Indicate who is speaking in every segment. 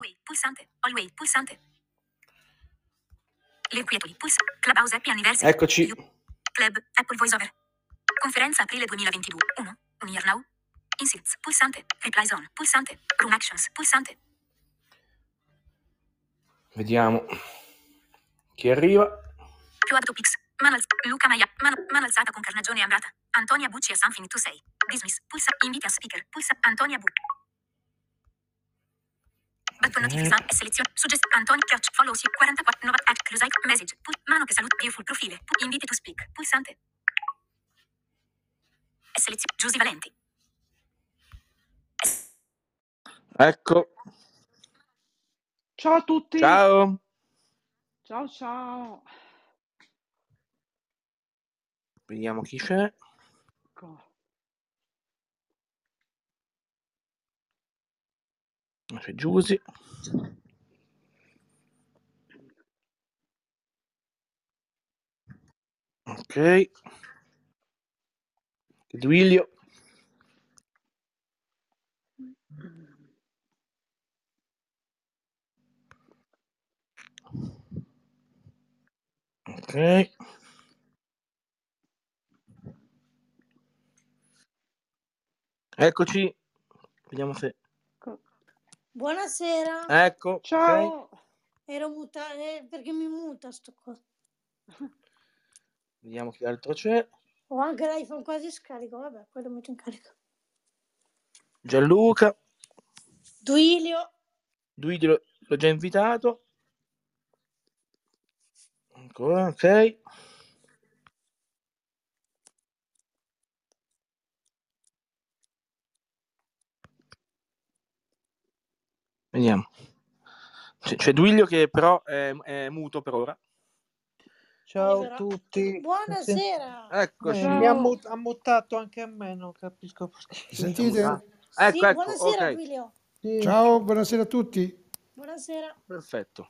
Speaker 1: Wait, pulsante. Always, pulsante. Le inquietudini, pulsante. Clubhouse Happy Anniversary.
Speaker 2: Eccoci.
Speaker 1: Club, Apple VoiceOver. Conferenza aprile 2022. 1. Un year now. Insights, pulsante. Replies on, pulsante. Room actions, pulsante.
Speaker 2: Vediamo chi arriva.
Speaker 1: Più topics. Luca Maia. Mano alzata con carnagione e ambrata. Antonia Bucci a Something to Say. Dismiss. Pulsa. Invita speaker. Pulsa. Antonia Bucci. Button notifica. Selezione. Antonia. Catch. Follows you. 44. Nova. Close. Message. Mano che saluta. View full profile. Inviti to speak. Pulsante. Selezione. Giusy Valenti.
Speaker 2: Ecco.
Speaker 3: Ciao a tutti.
Speaker 2: Ciao.
Speaker 3: Ciao ciao.
Speaker 2: Vediamo chi c'è.
Speaker 3: Ecco.
Speaker 2: C'è Giusy. Ok. Duilio. Ok. Eccoci. Vediamo se...
Speaker 4: Buonasera.
Speaker 2: Ecco.
Speaker 3: Ciao.
Speaker 2: Ok.
Speaker 4: Ero muta perché mi muta sto qua.
Speaker 2: Vediamo chi altro c'è.
Speaker 4: Ho anche l'iPhone quasi scarico, vabbè, poi lo metto in carica.
Speaker 2: Gianluca.
Speaker 4: Duilio.
Speaker 2: Duilio l'ho già invitato. Ancora, ok. Vediamo. C'è Duilio che però è muto per ora.
Speaker 5: Ciao
Speaker 4: Però...
Speaker 5: a tutti.
Speaker 4: Buonasera.
Speaker 2: Eccoci.
Speaker 5: Mi ha mutato anche a me, non capisco perché.
Speaker 6: Sentite?
Speaker 2: Ecco,
Speaker 4: sì,
Speaker 2: ecco,
Speaker 4: buonasera
Speaker 2: ok.
Speaker 4: Duilio.
Speaker 5: Sì.
Speaker 6: Ciao, buonasera a tutti.
Speaker 4: Buonasera.
Speaker 2: Perfetto.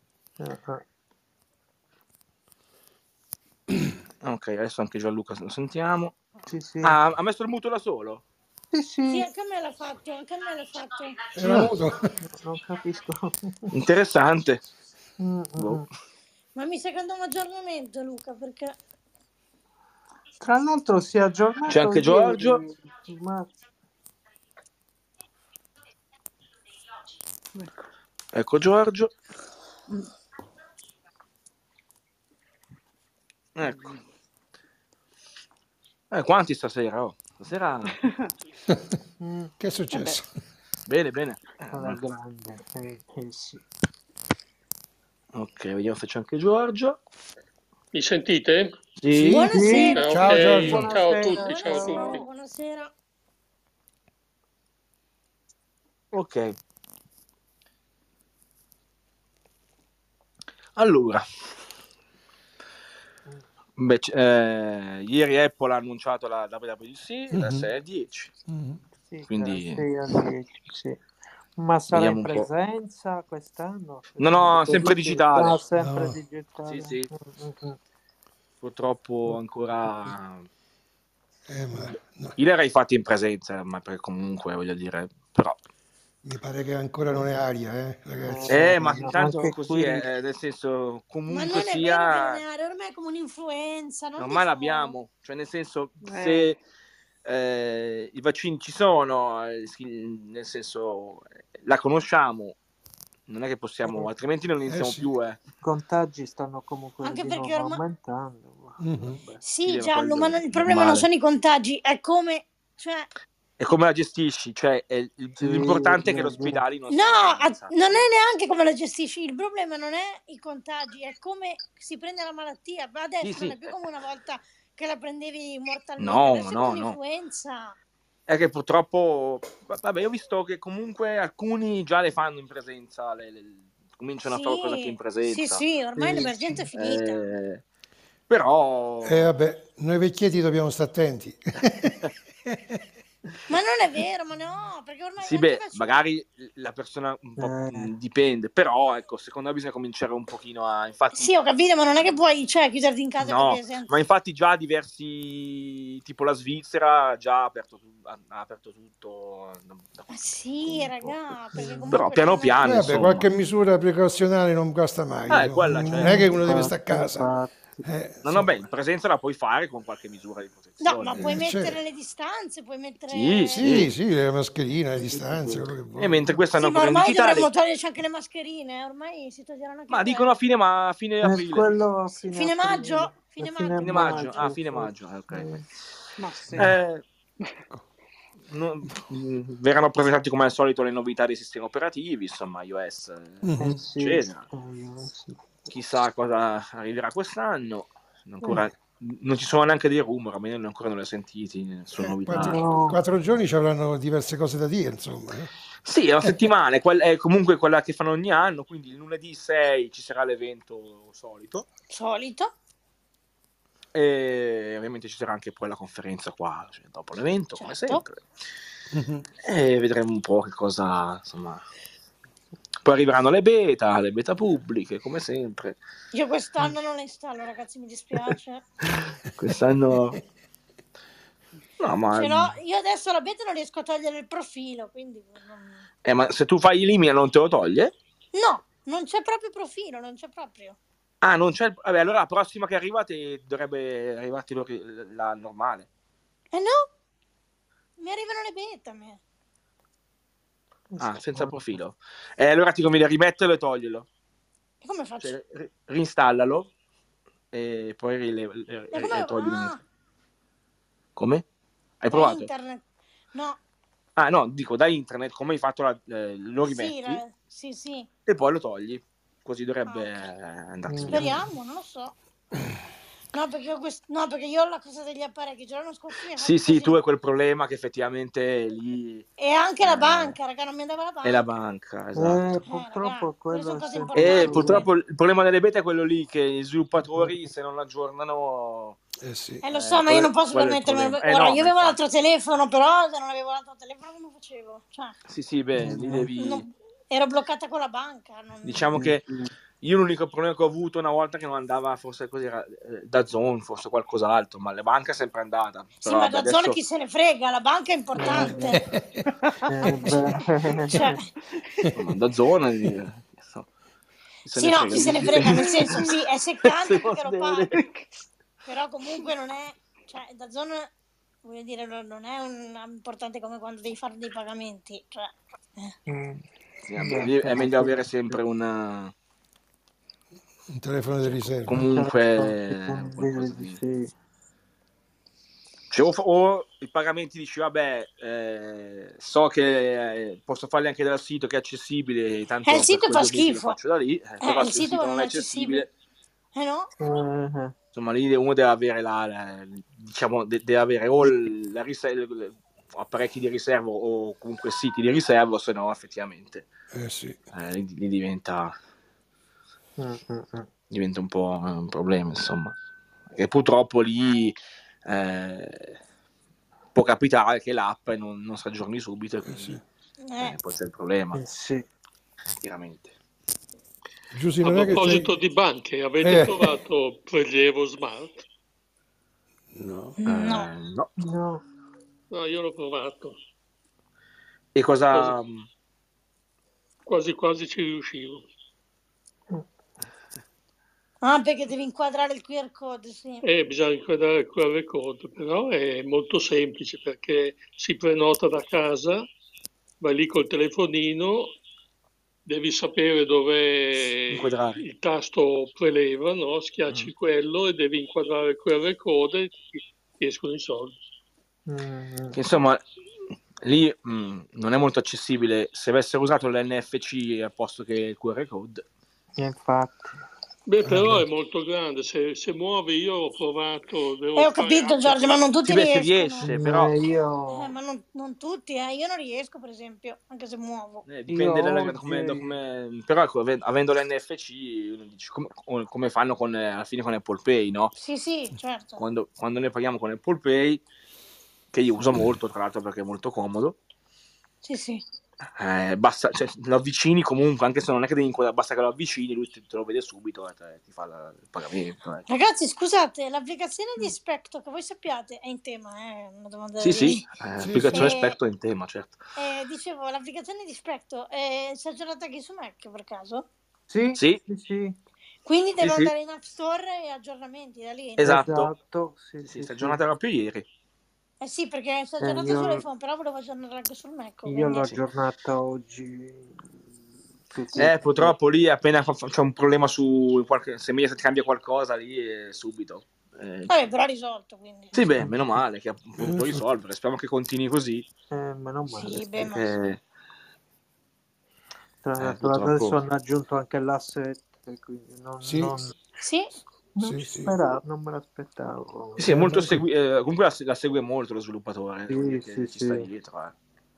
Speaker 2: Ok, adesso anche Gianluca lo sentiamo.
Speaker 5: Sì, sì.
Speaker 2: Ah, ha messo il muto da solo?
Speaker 5: Sì, sì.
Speaker 4: Sì, anche a me l'ha fatto,
Speaker 6: Era muto.
Speaker 5: Non capisco.
Speaker 2: Interessante. Boh.
Speaker 4: Ma mi sa che andò un aggiornamento, Luca, perché...
Speaker 5: Tra l'altro si è aggiornato.
Speaker 2: C'è anche Giorgio.
Speaker 5: Ma...
Speaker 2: Ecco Giorgio. Ecco. Quanti stasera? Oh. Stasera...
Speaker 6: Che è successo?
Speaker 2: Bene, bene.
Speaker 5: Alla grande. Sì.
Speaker 2: Ok, vediamo se c'è anche Giorgio.
Speaker 7: Mi sentite?
Speaker 2: Sì.
Speaker 4: Buonasera.
Speaker 7: Ah,
Speaker 6: Ciao
Speaker 7: ok.
Speaker 6: Giorgio.
Speaker 7: Ciao a tutti, ciao a
Speaker 4: Buonasera.
Speaker 7: tutti.
Speaker 4: Buonasera.
Speaker 2: Ok. Allora. Beh, ieri Apple ha annunciato la WWDC da 6 al 10.
Speaker 5: Sì,
Speaker 2: Quindi...
Speaker 5: 6 al 10, sì. Ma sarà in
Speaker 2: Vediamo un po'.
Speaker 5: presenza quest'anno?
Speaker 2: No, sempre digitale.
Speaker 5: No, sempre
Speaker 6: No.
Speaker 5: digitale.
Speaker 2: Sì. Purtroppo ancora...
Speaker 6: No.
Speaker 2: Io l'erei fatti in presenza, ma perché comunque voglio dire, però...
Speaker 6: Mi pare che ancora non è aria, ragazzi.
Speaker 2: Ma intanto
Speaker 5: anche
Speaker 2: così
Speaker 5: qui...
Speaker 2: nel senso, comunque
Speaker 4: ma non è
Speaker 2: sia...
Speaker 4: vero che non è aria, ormai è come un'influenza. Non
Speaker 2: ormai l'abbiamo, cioè nel senso, se i vaccini ci sono, nel senso, la conosciamo, non è che possiamo, altrimenti non iniziamo
Speaker 6: sì.
Speaker 2: più.
Speaker 5: I contagi stanno comunque
Speaker 4: anche
Speaker 5: di
Speaker 4: perché
Speaker 5: nuovo
Speaker 4: ormai...
Speaker 5: aumentando.
Speaker 4: Sì, Gianlu, ma il problema non sono i contagi, è come... Cioè...
Speaker 2: E come la gestisci? Cioè, l'importante è che l'ospedale non
Speaker 4: non è neanche come la gestisci. Il problema non è i contagi, è come si prende la malattia. Ma adesso non è più come una volta che la prendevi mortalmente. Adesso è come un'influenza.
Speaker 2: È che purtroppo, vabbè, io ho visto che comunque alcuni già le fanno in presenza, cominciano a fare qualcosa anche in presenza.
Speaker 4: Sì, ormai l'emergenza è finita.
Speaker 2: Però...
Speaker 6: vabbè, noi vecchietti dobbiamo stare attenti.
Speaker 4: Ma non è vero, ma no, perché ormai
Speaker 2: Sì, beh, magari la persona un po' dipende, però ecco, secondo me bisogna cominciare un pochino a... Infatti,
Speaker 4: sì, ho capito, ma non è che puoi chiuderti in casa
Speaker 2: no,
Speaker 4: perché senza...
Speaker 2: ma infatti già diversi, tipo la Svizzera, già ha aperto tutto.
Speaker 4: Sì, raga, perché comunque
Speaker 2: però piano piano,
Speaker 6: Vabbè,
Speaker 2: insomma.
Speaker 6: qualche misura precauzionale non costa mai.
Speaker 2: Quella,
Speaker 6: Non
Speaker 2: certo.
Speaker 6: è che uno deve stare a casa.
Speaker 2: No, beh, in presenza la puoi fare con qualche misura di protezione.
Speaker 4: No, ma puoi mettere le distanze, puoi
Speaker 2: Sì,
Speaker 4: mettere...
Speaker 2: sì,
Speaker 6: le mascherine, le distanze, quello che vuoi.
Speaker 2: E mentre questa è
Speaker 4: Sì, ma
Speaker 2: ancora in
Speaker 4: ormai
Speaker 2: digitale...
Speaker 4: dovremmo toglierci anche le mascherine, ormai si toglieranno anche
Speaker 2: Ma dicono a fine aprile.
Speaker 5: Quello
Speaker 4: fine maggio?
Speaker 2: Fine maggio. Ah, fine maggio, ok.
Speaker 3: Ma sì.
Speaker 2: Verranno presentanti come al solito le novità dei sistemi operativi, insomma, iOS, eccetera. Chissà cosa arriverà quest'anno. Ancora non ci sono neanche dei rumor, a me ancora non li ho sentiti, sono novità.
Speaker 6: 4 giorni ci avranno diverse cose da dire, insomma.
Speaker 2: Sì, è una settimana, è comunque quella che fanno ogni anno, quindi il lunedì 6 ci sarà l'evento solito. E ovviamente ci sarà anche poi la conferenza qua, cioè, dopo l'evento, come sempre. E vedremo un po' che cosa, insomma. Poi arriveranno le beta pubbliche, come sempre.
Speaker 4: Io quest'anno non le installo, ragazzi, mi dispiace.
Speaker 2: Quest'anno... No, ma...
Speaker 4: io adesso la beta non riesco a togliere il profilo, quindi...
Speaker 2: ma se tu fai elimina non te lo toglie?
Speaker 4: No, non c'è proprio profilo, non c'è proprio.
Speaker 2: Ah, non c'è... Vabbè, allora la prossima che arrivate dovrebbe arrivarti la normale.
Speaker 4: No, mi arrivano le beta, me.
Speaker 2: Ah, senza profilo. Allora ti conviene rimetterlo e toglierlo.
Speaker 4: E come faccio?
Speaker 2: Cioè, reinstallalo e poi togli. Come? Hai provato?
Speaker 4: Internet. No.
Speaker 2: Ah, no, dico da internet, come hai fatto lo rimetti
Speaker 4: sì.
Speaker 2: E poi lo togli. Così dovrebbe andarti via.
Speaker 4: Speriamo, non lo so. No, perché io ho la cosa degli apparecchi. Già l'anno scorso
Speaker 2: sì, tu hai quel problema che effettivamente lì...
Speaker 4: E anche la banca, raga, non mi andava la banca.
Speaker 2: E la banca, esatto.
Speaker 5: Purtroppo quello
Speaker 2: purtroppo il problema delle beta è quello lì, che gli sviluppatori se non aggiornano...
Speaker 4: lo so, ma io non posso permettermi. Ora, io avevo l'altro telefono, però se non avevo l'altro telefono come facevo? Cioè,
Speaker 2: sì, beh, lì devi...
Speaker 4: ero bloccata con la banca.
Speaker 2: Diciamo che io l'unico problema che ho avuto una volta che non andava, forse così era DAZN, forse qualcos'altro, ma la banca è sempre andata.
Speaker 4: Sì, ma DAZN chi se ne frega, la banca è importante.
Speaker 2: Ma DAZN...
Speaker 4: Sì, no, chi se ne frega, nel senso, sì, è seccante perché lo paghi. Però comunque non è... Cioè, DAZN, voglio dire, non è importante come quando devi fare dei pagamenti. Cioè...
Speaker 2: è meglio avere sempre un
Speaker 6: telefono di riserva.
Speaker 2: Comunque o i pagamenti dici vabbè, so che posso farli anche dal sito che è accessibile, tanto
Speaker 4: il sito fa schifo,
Speaker 2: lo faccio da lì, però
Speaker 4: il sito non è accessibile.
Speaker 2: No? Insomma, lì uno deve avere deve avere o la riserva, apparecchi di riserva o comunque siti di riserva, se no effettivamente lì diventa un po' un problema, insomma, e purtroppo lì può capitare che l'app non si aggiorni subito, quindi può essere il problema, chiaramente.
Speaker 7: A proposito di banche, avete provato Prelievo Smart?
Speaker 2: No,
Speaker 7: io l'ho provato.
Speaker 2: E cosa...
Speaker 7: Quasi ci riuscivo.
Speaker 4: Perché devi inquadrare il QR code, sì.
Speaker 7: Bisogna inquadrare il QR code, però è molto semplice perché si prenota da casa, vai lì col telefonino, devi sapere dove il tasto preleva, no? Schiacci quello e devi inquadrare il QR code e ti escono i soldi.
Speaker 2: Insomma, lì non è molto accessibile. Se avessero usato l'NFC al posto che il QR code,
Speaker 5: infatti.
Speaker 7: Beh, però è molto grande, se muovi, io ho provato...
Speaker 4: ho capito, Giorgio, ma non tutti riescono.
Speaker 2: Riesce, però...
Speaker 4: ma non tutti, io non riesco, per esempio, anche se muovo.
Speaker 2: Dipende come... Però ecco, avendo l'NFC, come fanno alla fine con Apple Pay, no?
Speaker 4: Sì, certo.
Speaker 2: Quando noi paghiamo con Apple Pay, che io uso molto, tra l'altro, perché è molto comodo.
Speaker 4: Sì.
Speaker 2: Basta, cioè, lo avvicini comunque, anche se non è che devi inquadrare, basta che lo avvicini, lui te lo vede subito e ti fa il pagamento.
Speaker 4: Ragazzi, scusate, l'applicazione di Specto, che voi sappiate, è in tema, una domanda da
Speaker 2: Sì, l'applicazione Specto è in tema, certo.
Speaker 4: Dicevo, l'applicazione di Specto si è aggiornata anche su Mac, per caso?
Speaker 5: Sì.
Speaker 4: Quindi devo andare in App Store e aggiornamenti da lì.
Speaker 2: Esatto. Sì, si è aggiornata proprio ieri.
Speaker 4: Sì, perché si è aggiornata sull'iPhone, però volevo aggiornare anche sul Mac.
Speaker 5: Io l'ho aggiornata oggi.
Speaker 2: Purtroppo lì appena c'è un problema su se Mediaset cambia qualcosa lì subito.
Speaker 4: Vabbè, però risolto, quindi.
Speaker 2: Sì, beh, meno male che può risolvere. Speriamo che continui così.
Speaker 5: Meno male.
Speaker 4: Sì,
Speaker 2: perché...
Speaker 5: Tra l'altro adesso hanno aggiunto anche l'asset, quindi non me l'aspettavo.
Speaker 2: Sì, è molto comunque la segue molto lo sviluppatore.
Speaker 5: Sì.
Speaker 2: Sta dietro.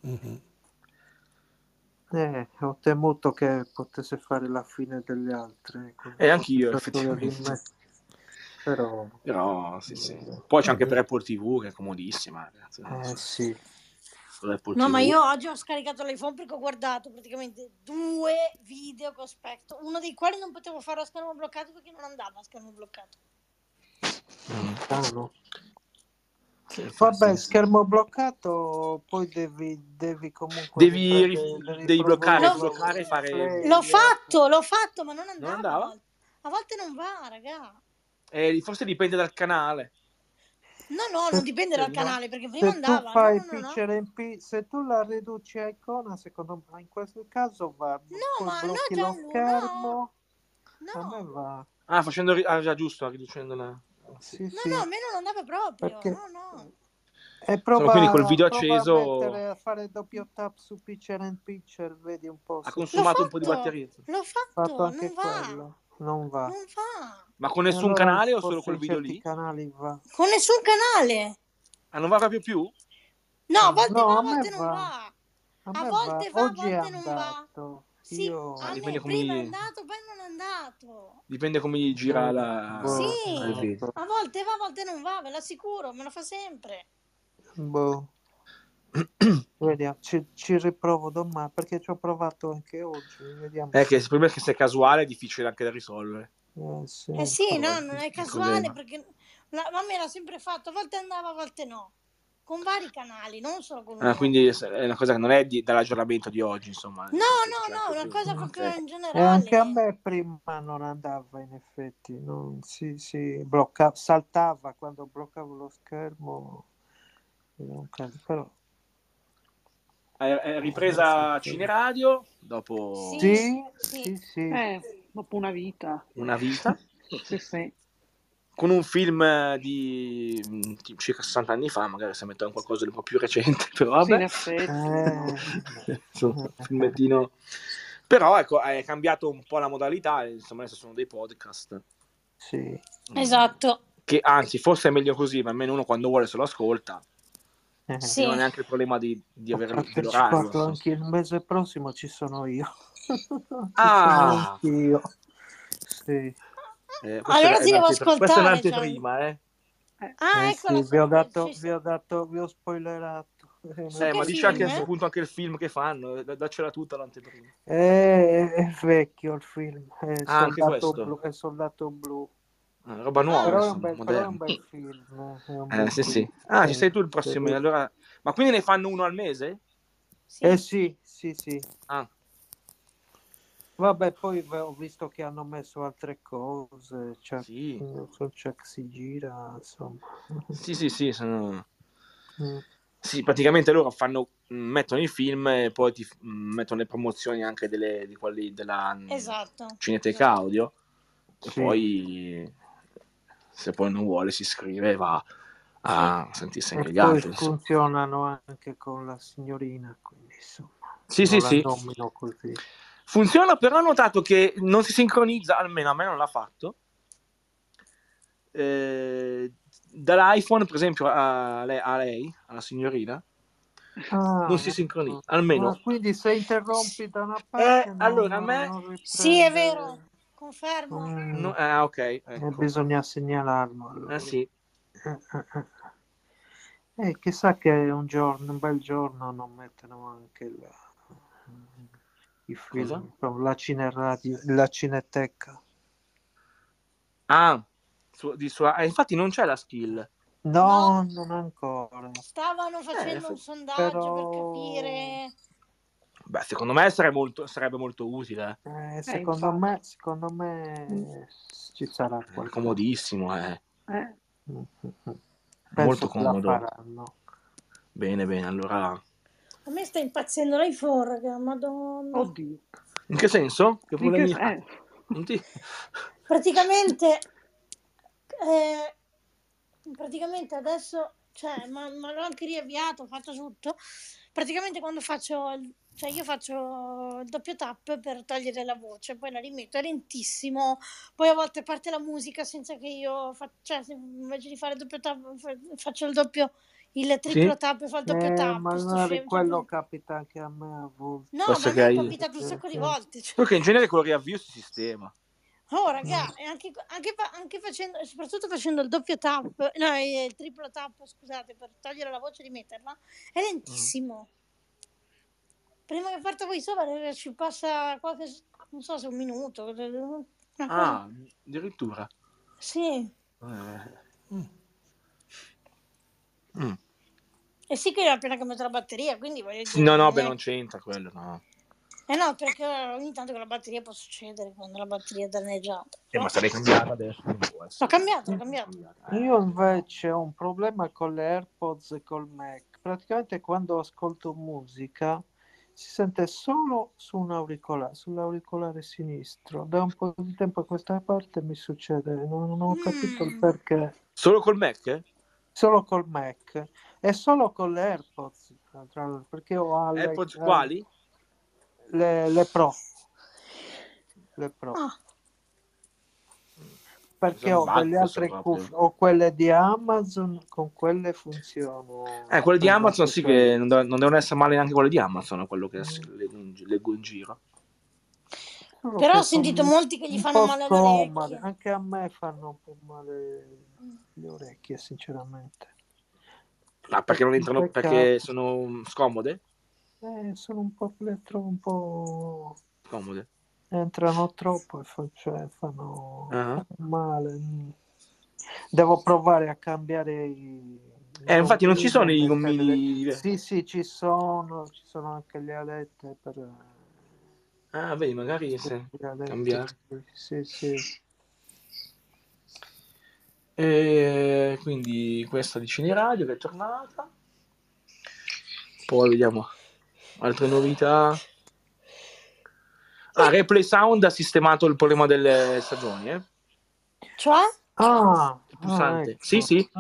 Speaker 5: Ho temuto che potesse fare la fine delle altre.
Speaker 2: Anch'io, effettivamente. Però sì. Poi c'è anche per Apple TV, che è comodissima.
Speaker 5: Sì.
Speaker 4: No, ma io oggi ho scaricato l'iPhone perché ho guardato praticamente 2 video con Specto, uno dei quali non potevo fare a schermo bloccato perché non andava a schermo bloccato.
Speaker 5: Vabbè, schermo bloccato, poi devi comunque
Speaker 2: devi bloccare e fare.
Speaker 4: L'ho fatto, ma non andava. A volte non va, raga.
Speaker 2: Forse dipende dal canale.
Speaker 4: No, non dipende dal canale, perché prima andava.
Speaker 5: Se tu la riduci a icona, secondo me in questo caso va.
Speaker 4: No, ma no,
Speaker 5: lo schermo. A me va.
Speaker 2: Facendo giusto, riducendola.
Speaker 4: No, a me non andava proprio.
Speaker 5: Perché...
Speaker 4: No.
Speaker 5: E
Speaker 2: quindi col video acceso
Speaker 5: a fare doppio tap su picture in picture, vedi un po'.
Speaker 2: Ha consumato un po' di batteria.
Speaker 4: L'ho fatto
Speaker 5: anche non va.
Speaker 2: Ma con nessun canale o solo col video lì?
Speaker 5: Canali va.
Speaker 4: Con nessun canale.
Speaker 2: Non va proprio più?
Speaker 4: No, a volte va, a volte non va. A volte va, a
Speaker 5: Oggi
Speaker 4: volte non va. Sì, a me prima è andato, poi non è andato.
Speaker 2: Dipende come gli gira la...
Speaker 4: Sì, a volte va, a volte non va, ve l'assicuro, me lo fa sempre.
Speaker 5: Vediamo, ci riprovo domani, perché ci ho provato anche oggi. Vediamo.
Speaker 2: Che il problema è che se è casuale è difficile anche da risolvere.
Speaker 4: Sì, no, non è casuale, perché a me l'ha sempre fatto, a volte andava, a volte no. Con vari canali, non solo con uno.
Speaker 2: Quindi è una cosa che non è dall'aggiornamento di oggi, insomma.
Speaker 4: No, una cosa proprio in generale.
Speaker 5: E anche a me prima non andava, in effetti. Bloccava, saltava quando bloccavo lo schermo. Però...
Speaker 2: È ripresa Cineradio dopo...
Speaker 5: Sì.
Speaker 3: Dopo una vita.
Speaker 5: Sì.
Speaker 2: Con un film di circa 60 anni fa, magari se mettono qualcosa di un po' più recente, però vabbè.
Speaker 3: Sì, in effetti.
Speaker 2: Un filmettino. Però ecco, è cambiato un po' la modalità, insomma adesso sono dei podcast.
Speaker 5: Sì.
Speaker 4: Esatto.
Speaker 2: Che anzi, forse è meglio così, ma almeno uno quando vuole se lo ascolta.
Speaker 4: Sì.
Speaker 2: Non è neanche il problema di avere l'orario.
Speaker 5: Anche il mese prossimo ci sono io.
Speaker 2: Anch'io.
Speaker 5: Sì.
Speaker 4: Allora si devo ascoltare.
Speaker 2: Questa è un'anteprima,
Speaker 4: ecco.
Speaker 5: Vi ho spoilerato.
Speaker 2: Ma dici anche appunto anche il film che fanno, daccela tutta l'anteprima.
Speaker 5: È vecchio il film,
Speaker 2: anche questo.
Speaker 5: È Soldato Blu.
Speaker 2: Roba nuova,
Speaker 5: però è un bel film.
Speaker 2: Sì. Ci sei tu il prossimo. Allora... Ma quindi ne fanno uno al mese?
Speaker 5: Sì. Vabbè, poi ho visto che hanno messo altre cose, c'è che si gira, insomma.
Speaker 2: Sì, Sì, praticamente loro mettono i film e poi ti mettono le promozioni anche di quelli della Cineteca Audio. E poi, se poi non vuole, si iscrive e va a sentirsi anche gli altri.
Speaker 5: Funzionano anche con la signorina, quindi insomma.
Speaker 2: Sì.
Speaker 5: Nomino così.
Speaker 2: Funziona, però ho notato che non si sincronizza, almeno a me non l'ha fatto. Dall'iPhone, per esempio, a lei, alla signorina, non si sincronizza, almeno.
Speaker 5: Quindi se interrompi da una parte,
Speaker 2: allora a me
Speaker 4: sì, è vero, confermo.
Speaker 2: Ok, ecco.
Speaker 5: Bisogna segnalarlo. Allora.
Speaker 2: Sì.
Speaker 5: Chissà che un bel giorno non mettono anche i film, la cineradio, la cineteca.
Speaker 2: Infatti non c'è la skill.
Speaker 5: No, non ancora.
Speaker 4: Stavano facendo un sondaggio per capire.
Speaker 2: Beh, secondo me sarebbe molto utile.
Speaker 5: Secondo me ci sarà qualcosa.
Speaker 2: È comodissimo,
Speaker 5: Penso
Speaker 2: molto comodo.
Speaker 5: La faranno.
Speaker 2: Bene, allora.
Speaker 4: A me sta impazzendo l'iPhone, raga, madonna.
Speaker 3: Oddio.
Speaker 2: In che senso? Che problemi?
Speaker 4: Praticamente adesso, cioè, ma l'ho anche riavviato, ho fatto tutto. Praticamente quando io faccio il doppio tap per togliere la voce, poi la rimetto, è lentissimo, poi a volte parte la musica senza che io invece di fare il doppio tap faccio il triplo tap e fa il doppio tap.
Speaker 5: Magari quello capita anche a me a volte.
Speaker 4: No, ma mi è capitato un sacco di volte.
Speaker 2: Perché in genere con il riavvio si sistema.
Speaker 4: Oh raga, anche facendo, soprattutto facendo il doppio tap, no, il triplo tap, scusate, per togliere la voce e rimetterla, è lentissimo. Prima che parta poi sopra ci passa non so se un minuto.
Speaker 2: Addirittura.
Speaker 4: Sì. E sì che ho appena cambiato la batteria, quindi voglio dire...
Speaker 2: No, non c'entra quello, no.
Speaker 4: No, perché ogni tanto con la batteria può succedere quando la batteria è danneggiata.
Speaker 2: Ma se l'hai cambiata adesso non può essere.
Speaker 4: L'ho cambiato.
Speaker 5: Io invece ho un problema con le AirPods e col Mac. Praticamente quando ascolto musica si sente solo sull'auricolare sinistro. Da un po' di tempo a questa parte mi succede, non ho capito il perché.
Speaker 2: Solo col Mac?
Speaker 5: Solo col Mac e solo con le AirPods, perché ho
Speaker 2: AirPods quali?
Speaker 5: Le Pro. Perché ho delle altre cuffie, ho quelle di Amazon, con quelle funzionano.
Speaker 2: Quelle di Amazon sì, che non devono essere male neanche quelle di Amazon, quello che leggo in giro.
Speaker 4: Però ho sentito molti che gli fanno male alle orecchie.
Speaker 5: Anche a me fanno un po' male le orecchie, sinceramente.
Speaker 2: Ma perché non entrano? Perché sono scomode?
Speaker 5: Sono un po', le trovo un po'
Speaker 2: scomode.
Speaker 5: Entrano troppo e fanno male. Devo provare a cambiare
Speaker 2: infatti non ci sono i gommini.
Speaker 5: Sì, ci sono anche le alette per
Speaker 2: vedi, magari cambiare.
Speaker 5: Sì.
Speaker 2: E quindi questa di Cineradio che è tornata. Poi vediamo altre novità. Replay Sound ha sistemato il problema delle stagioni,
Speaker 4: Cioè?
Speaker 2: Il pulsante.
Speaker 5: Ecco.
Speaker 2: Sì.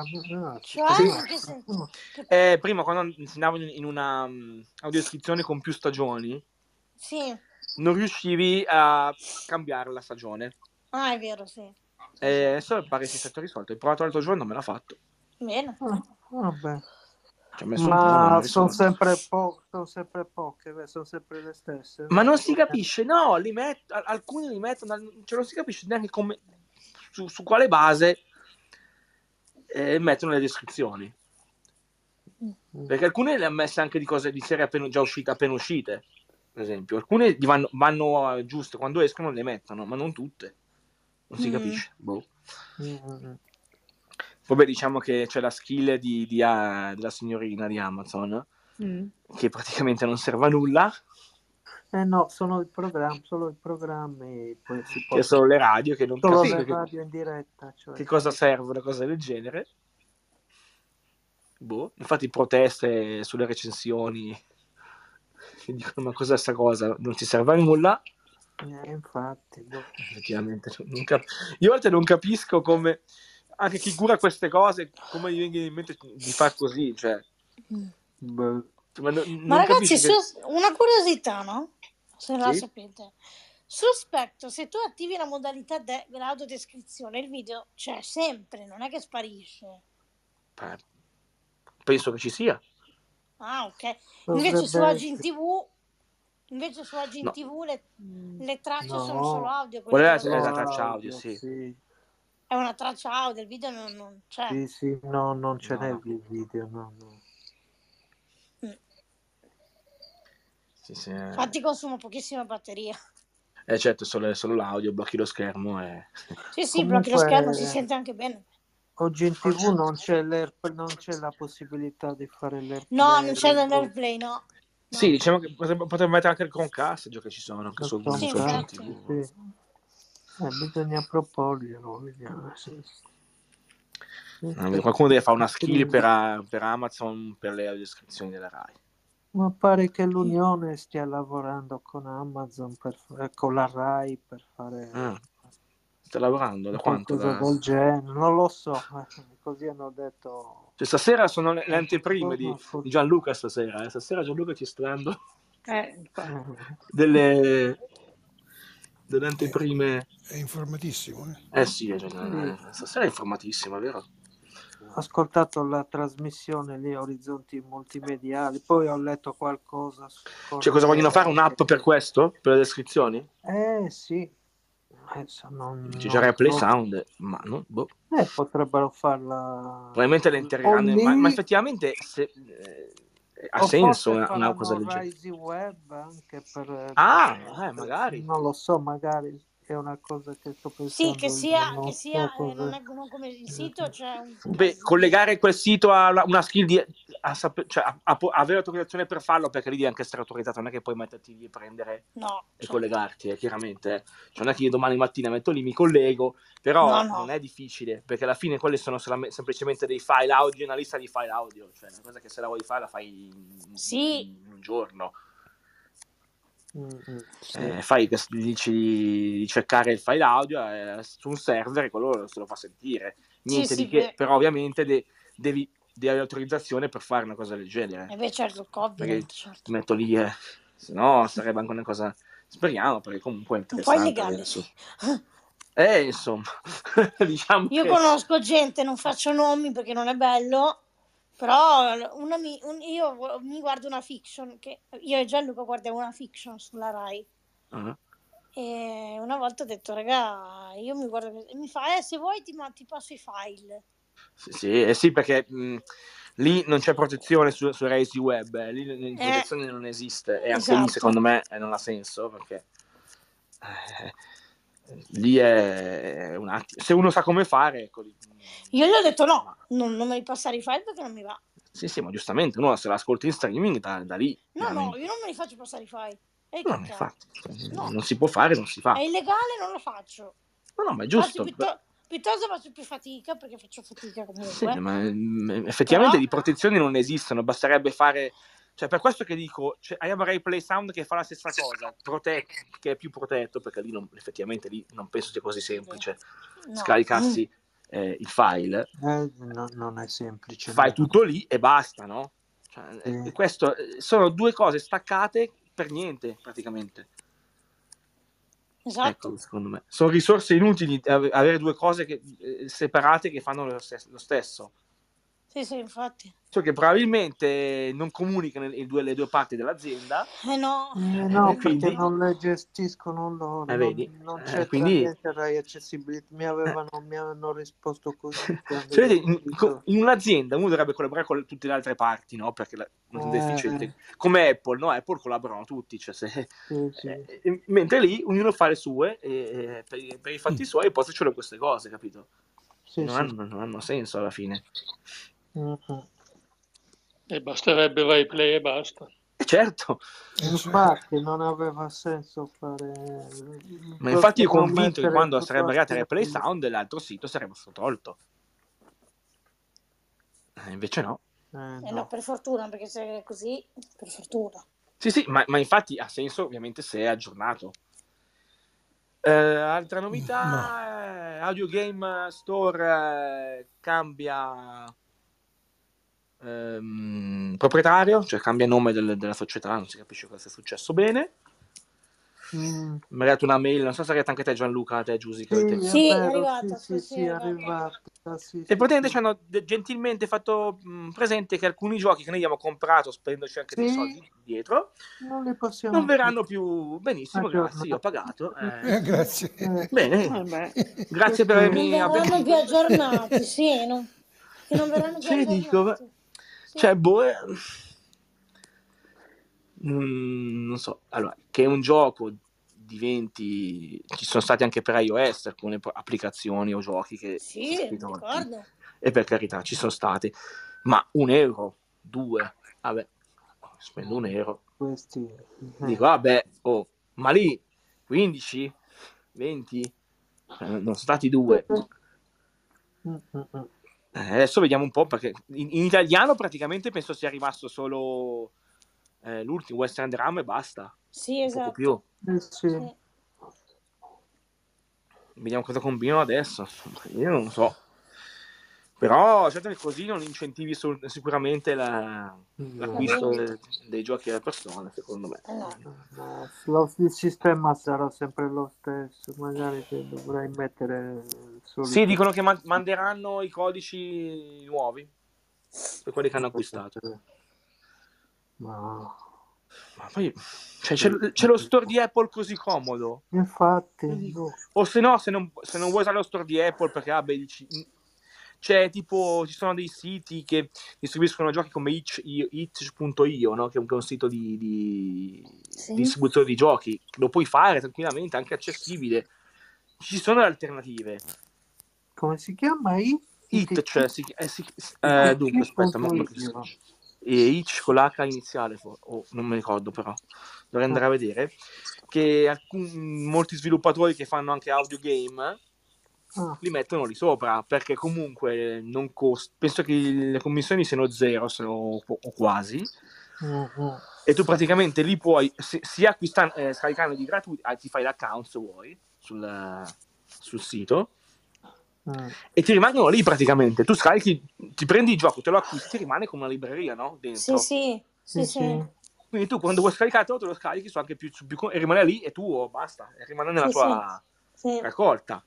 Speaker 4: Cioè?
Speaker 2: Prima quando andavo in una audiodescrizione con più stagioni, non riuscivi a cambiare la stagione.
Speaker 4: È vero, sì.
Speaker 2: Adesso pare sia stato risolto. Ho provato l'altro giorno, non me l'ha fatto.
Speaker 4: Bene.
Speaker 5: Vabbè.
Speaker 2: Ma
Speaker 5: sono sempre poche, sono sempre le stesse.
Speaker 2: Ma non si capisce, no, alcuni li mettono, non si capisce neanche come, su quale base mettono le descrizioni. Perché alcune le ha messe anche di cose di serie appena uscite, per esempio. Alcune vanno giuste, quando escono le mettono, ma non tutte. Non si capisce. Boh. Vabbè, diciamo che c'è la skill della signorina di Amazon che praticamente non serve a nulla.
Speaker 5: No, sono i programmi poi
Speaker 2: che sono le radio che non
Speaker 5: capisco le radio in diretta, cioè.
Speaker 2: Che cosa serve una cosa del genere. Boh, infatti proteste sulle recensioni che dicono ma cos'è sta cosa, non ti serve a nulla.
Speaker 5: Infatti
Speaker 2: effettivamente io a volte non capisco come anche chi cura queste cose come gli venga in mente di far così, cioè
Speaker 4: ma ragazzi, una curiosità, no? Se la sapete, su Specto, se tu attivi la modalità dell'autodescrizione, il video c'è sempre, non è che sparisce.
Speaker 2: Penso che ci sia.
Speaker 4: Ok. Invece su Agin TV le tracce sono solo audio.
Speaker 2: Quella è la traccia audio, sì.
Speaker 4: è una traccia audio, il video non c'è.
Speaker 5: Sì, no, non ce n'è il video, no.
Speaker 2: Sì.
Speaker 4: Infatti consuma pochissima batteria.
Speaker 2: Certo, solo l'audio, blocchi lo schermo e...
Speaker 4: Sì, blocchi lo schermo, si sente anche bene.
Speaker 5: Oggi in TV non c'è la possibilità di fare l'AirPlay.
Speaker 4: No, non c'è l'AirPlay, no.
Speaker 2: Sì, diciamo che potremmo mettere anche il Chromecast, già che ci sono anche su
Speaker 5: TV. Bisogna proporglielo, vediamo.
Speaker 2: Qualcuno deve fare una skill per Amazon per le descrizioni della Rai.
Speaker 5: Ma pare che l'Unione stia lavorando con Amazon, con la Rai per fare...
Speaker 2: Sta lavorando da quanto?
Speaker 5: Del genere, non lo so, così hanno detto.
Speaker 2: Cioè, stasera sono le anteprime di Gianluca stasera. Stasera Gianluca ci sta dando delle anteprime.
Speaker 6: È informatissimo.
Speaker 2: Sì, stasera è informatissimo, vero?
Speaker 5: Ho ascoltato la trasmissione lì, Orizzonti Multimediali, poi ho letto qualcosa.
Speaker 2: Cioè, cosa vogliono fare? Un'app per questo? Per le descrizioni?
Speaker 5: Sì.
Speaker 2: C'è già Replay Sound, ma non...
Speaker 5: potrebbero farla...
Speaker 2: Probabilmente la integreranno, ma effettivamente ha senso una cosa del genere.
Speaker 5: Rise Web anche per...
Speaker 2: magari.
Speaker 5: Non lo so, magari è una cosa che sto pensando.
Speaker 4: Sì, che sia non è come il sito, cioè
Speaker 2: collegare quel sito a una skill di avere l'autorizzazione per farlo, perché lì devi anche essere autorizzato, non è che puoi metterti lì e prendere e collegarti, chiaramente. Cioè, non è che io domani mattina metto lì, mi collego, però non è difficile, perché alla fine quelle sono semplicemente dei file audio, una lista di file audio, cioè una cosa che se la vuoi fare la fai in un giorno. Fai dici di cercare il file audio su un server e quello se lo fa sentire, niente di che, però ovviamente devi avere autorizzazione per fare una cosa del genere.
Speaker 4: Certo,
Speaker 2: perché metto lì, se no sarebbe anche una cosa, speriamo, perché comunque è interessante.
Speaker 4: Un po' illegale.
Speaker 2: Insomma, diciamo
Speaker 4: io conosco gente, non faccio nomi perché non è bello, però io mi guardo una fiction, che io e Gianluca guardiamo una fiction sulla Rai. E una volta ho detto, raga, io mi guardo e mi fa, se vuoi ti passo i file.
Speaker 2: Sì, perché lì non c'è protezione su Rise Web, lì protezione non esiste, e anche lì secondo me non ha senso, perché lì è un attimo, se uno sa come fare, ecco.
Speaker 4: Io gli ho detto non me li passare i file perché non mi va.
Speaker 2: Sì, ma giustamente uno se l'ascolta in streaming da lì.
Speaker 4: No, io non me li faccio passare i file.
Speaker 2: Infatti, non si può fare, non si fa.
Speaker 4: È illegale, non lo faccio.
Speaker 2: No, ma è giusto.
Speaker 4: Piuttosto faccio più fatica, perché faccio fatica comunque.
Speaker 2: Sì, ma effettivamente di protezioni non esistono, basterebbe fare... Cioè, per questo che dico, abbiamo Replay Sound che fa la stessa cosa, che è più protetto, perché lì effettivamente lì non penso sia così semplice scaricarsi il file.
Speaker 5: Non è semplice.
Speaker 2: Fai tutto lì e basta, no? Cioè, questo sono due cose staccate per niente, praticamente.
Speaker 4: Esatto.
Speaker 2: Ecco, secondo me sono risorse inutili avere due cose separate che fanno lo stesso.
Speaker 4: Sì, infatti.
Speaker 2: Cioè che probabilmente non comunicano le due parti dell'azienda.
Speaker 5: No, perché non le gestiscono loro. Non c'è niente Rai Accessibility. Mi hanno risposto così.
Speaker 2: Cioè, in un'azienda uno dovrebbe collaborare con tutte le altre parti, no? Perché non è deficiente. Come Apple, no? Apple collaborano tutti, cioè mentre lì ognuno fa le sue e per i fatti suoi poi facciano queste cose, capito? Non hanno senso alla fine.
Speaker 7: E basterebbe Replay e basta.
Speaker 2: Certo.
Speaker 5: Infatti non aveva senso fare...
Speaker 2: Ma infatti io convinto che quando sarebbe arrivato Replay Sound l'altro sito sarebbe stato tolto. Invece no.
Speaker 4: No, per fortuna, perché se è così, per fortuna.
Speaker 2: Sì, ma infatti ha senso ovviamente se è aggiornato. Altra novità, Audio Game Store cambia proprietario, cioè cambia nome della società, non si capisce cosa sia successo bene. Mi ha dato una mail, non so se è arrivata anche te Gianluca, a te Giusy.
Speaker 4: Sì, è arrivata. Sì, è arrivata.
Speaker 2: E praticamente ci hanno gentilmente fatto presente che alcuni giochi che noi abbiamo comprato spendendoci anche dei soldi dietro non verranno più. Benissimo, grazie, io ho pagato.
Speaker 6: Grazie.
Speaker 2: Bene, grazie per avermi.
Speaker 4: Non verranno più aggiornati, sì, non verranno più aggiornati.
Speaker 2: Cioè, non so, allora, che un gioco diventi, ci sono stati anche per iOS alcune applicazioni o giochi che
Speaker 4: ricordo.
Speaker 2: E per carità ci sono stati, ma €1, 2, vabbè, spendo €1, dico vabbè, ma lì 15, 20, non sono stati 2. Adesso vediamo un po', perché in italiano praticamente penso sia rimasto solo l'ultimo Western Drum e basta.
Speaker 4: Sì, esatto.
Speaker 2: Poco più. Vediamo cosa combinano adesso. Io non so. Però certo che così non incentivi sicuramente l'acquisto dei giochi alle persone, secondo me.
Speaker 5: Il sistema sarà sempre lo stesso, magari che dovrai mettere
Speaker 2: Sì, dicono che manderanno i codici nuovi per quelli che hanno acquistato.
Speaker 5: Ma
Speaker 2: poi c'è lo store di Apple così comodo.
Speaker 5: Infatti.
Speaker 2: O se no, se non vuoi usare lo store di Apple perché dici, c'è tipo, ci sono dei siti che distribuiscono giochi come itch.io, no? Che è un sito di distribuzione di giochi, lo puoi fare tranquillamente, anche accessibile. Ci sono le alternative.
Speaker 5: Come si chiama?
Speaker 2: Itch, dunque aspetta, Itch con l'H iniziale, non mi ricordo, però dovrei andare a vedere, che molti sviluppatori che fanno anche audio game li mettono lì sopra, perché comunque non costa, penso che le commissioni siano 0 o quasi, e tu praticamente lì puoi sia scaricando di gratuiti, ti fai l'account se vuoi sul sito, e ti rimangono lì praticamente. Tu scarichi, ti prendi il gioco, te lo acquisti, ti rimane come una libreria, no? Dentro.
Speaker 4: Sì.
Speaker 2: Quindi tu quando vuoi scaricarlo te lo scarichi su anche più e rimane lì, e tu basta, rimane nella tua raccolta.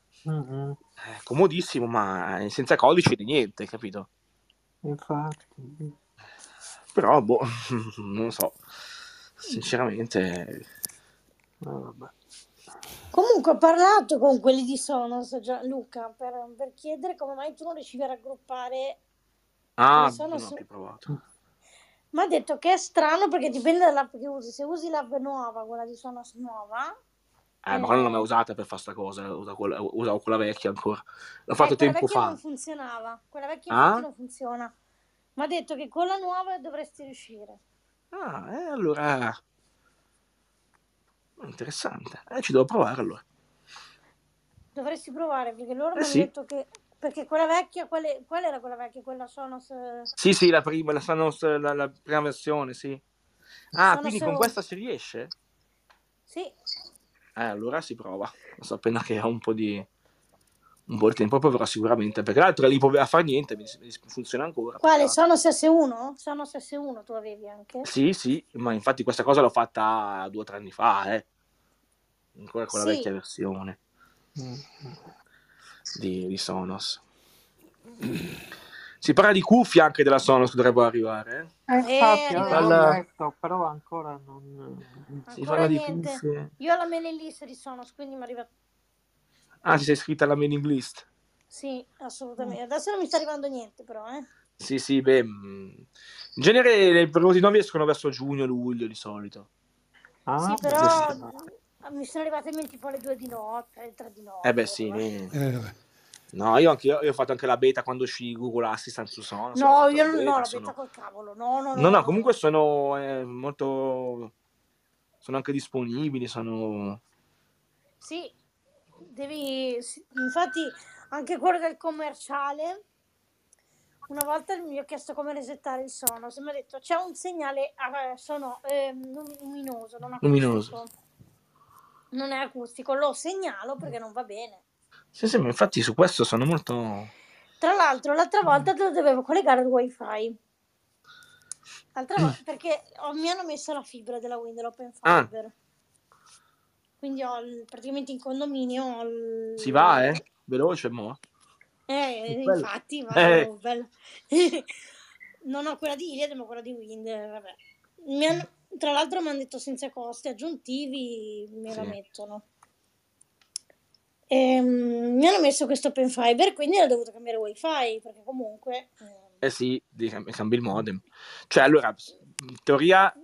Speaker 2: Comodissimo, ma senza codice di niente, capito?
Speaker 5: Infatti.
Speaker 2: Però non so, sinceramente.
Speaker 5: Vabbè.
Speaker 4: Comunque ho parlato con quelli di Sonos, Gianluca, per chiedere come mai tu non riuscivi a raggruppare.
Speaker 2: Non ho più provato.
Speaker 4: Mi ha detto che è strano perché dipende dall'app che usi. Se usi l'app nuova, quella di Sonos nuova.
Speaker 2: Ma non l'ho mai usata per fare sta cosa, usavo quella vecchia ancora. L'ho fatto tempo fa.
Speaker 4: Non funzionava, quella vecchia infatti non funziona. Mi ha detto che con la nuova dovresti riuscire.
Speaker 2: Allora interessante, ci devo provare allora.
Speaker 4: Dovresti provare, perché loro mi hanno detto che, perché quella vecchia, qual era quella vecchia? Quella Sonos?
Speaker 2: Sì, la prima, la Sonos, la prima versione, sì. Sonos, quindi con questa si riesce?
Speaker 4: Sì.
Speaker 2: Allora si prova. So, appena che ho un po' di tempo proverò sicuramente, perché l'altra lì poteva fare niente, funziona ancora.
Speaker 4: Quale? Sonos S1? Sonos S1 tu avevi anche?
Speaker 2: Sì, ma infatti questa cosa l'ho fatta 2 o 3 anni fa, ancora con la vecchia versione di Sonos. Si parla di cuffie anche della Sonos che dovrebbero arrivare.
Speaker 5: Infatti, l'ho letto, però ancora non.
Speaker 2: Si parla di cuffie.
Speaker 4: Io ho la mailing list di Sonos, quindi mi arriva.
Speaker 2: Ti sei iscritta alla mailing list?
Speaker 4: Sì, assolutamente. Adesso non mi sta arrivando niente, però,
Speaker 2: Sì, in genere i prodotti nuovi escono verso giugno-luglio di solito.
Speaker 4: Sì, però mi sono arrivate tipo alle 2 di notte, alle 3 di notte.
Speaker 2: Sì. No, io ho fatto anche la beta quando uscì Google Assistant su Sonos.
Speaker 4: No, io non ho la beta col cavolo.
Speaker 2: No, comunque sono molto. Sono anche disponibili, sono.
Speaker 4: Sì, infatti anche quello del commerciale, una volta mi ho chiesto come resettare il Sonos, mi ha detto c'è un segnale luminoso, non è acustico, lo segnalo perché non va bene.
Speaker 2: Sì, ma infatti su questo sono molto.
Speaker 4: Tra l'altro l'altra volta te lo dovevo collegare al wifi. Perché mi hanno messo la fibra della Windows Open Fiber. quindi praticamente in condominio ho
Speaker 2: si va, veloce mo.
Speaker 4: Infatti vado bello. Non ho quella di Iliad, ma quella di Wind, vabbè. Tra l'altro mi hanno detto senza costi aggiuntivi me la mettono. Mi hanno messo questo open fiber, quindi ho dovuto cambiare wifi, perché comunque
Speaker 2: sì, cambi il modem. Cioè, allora, in teoria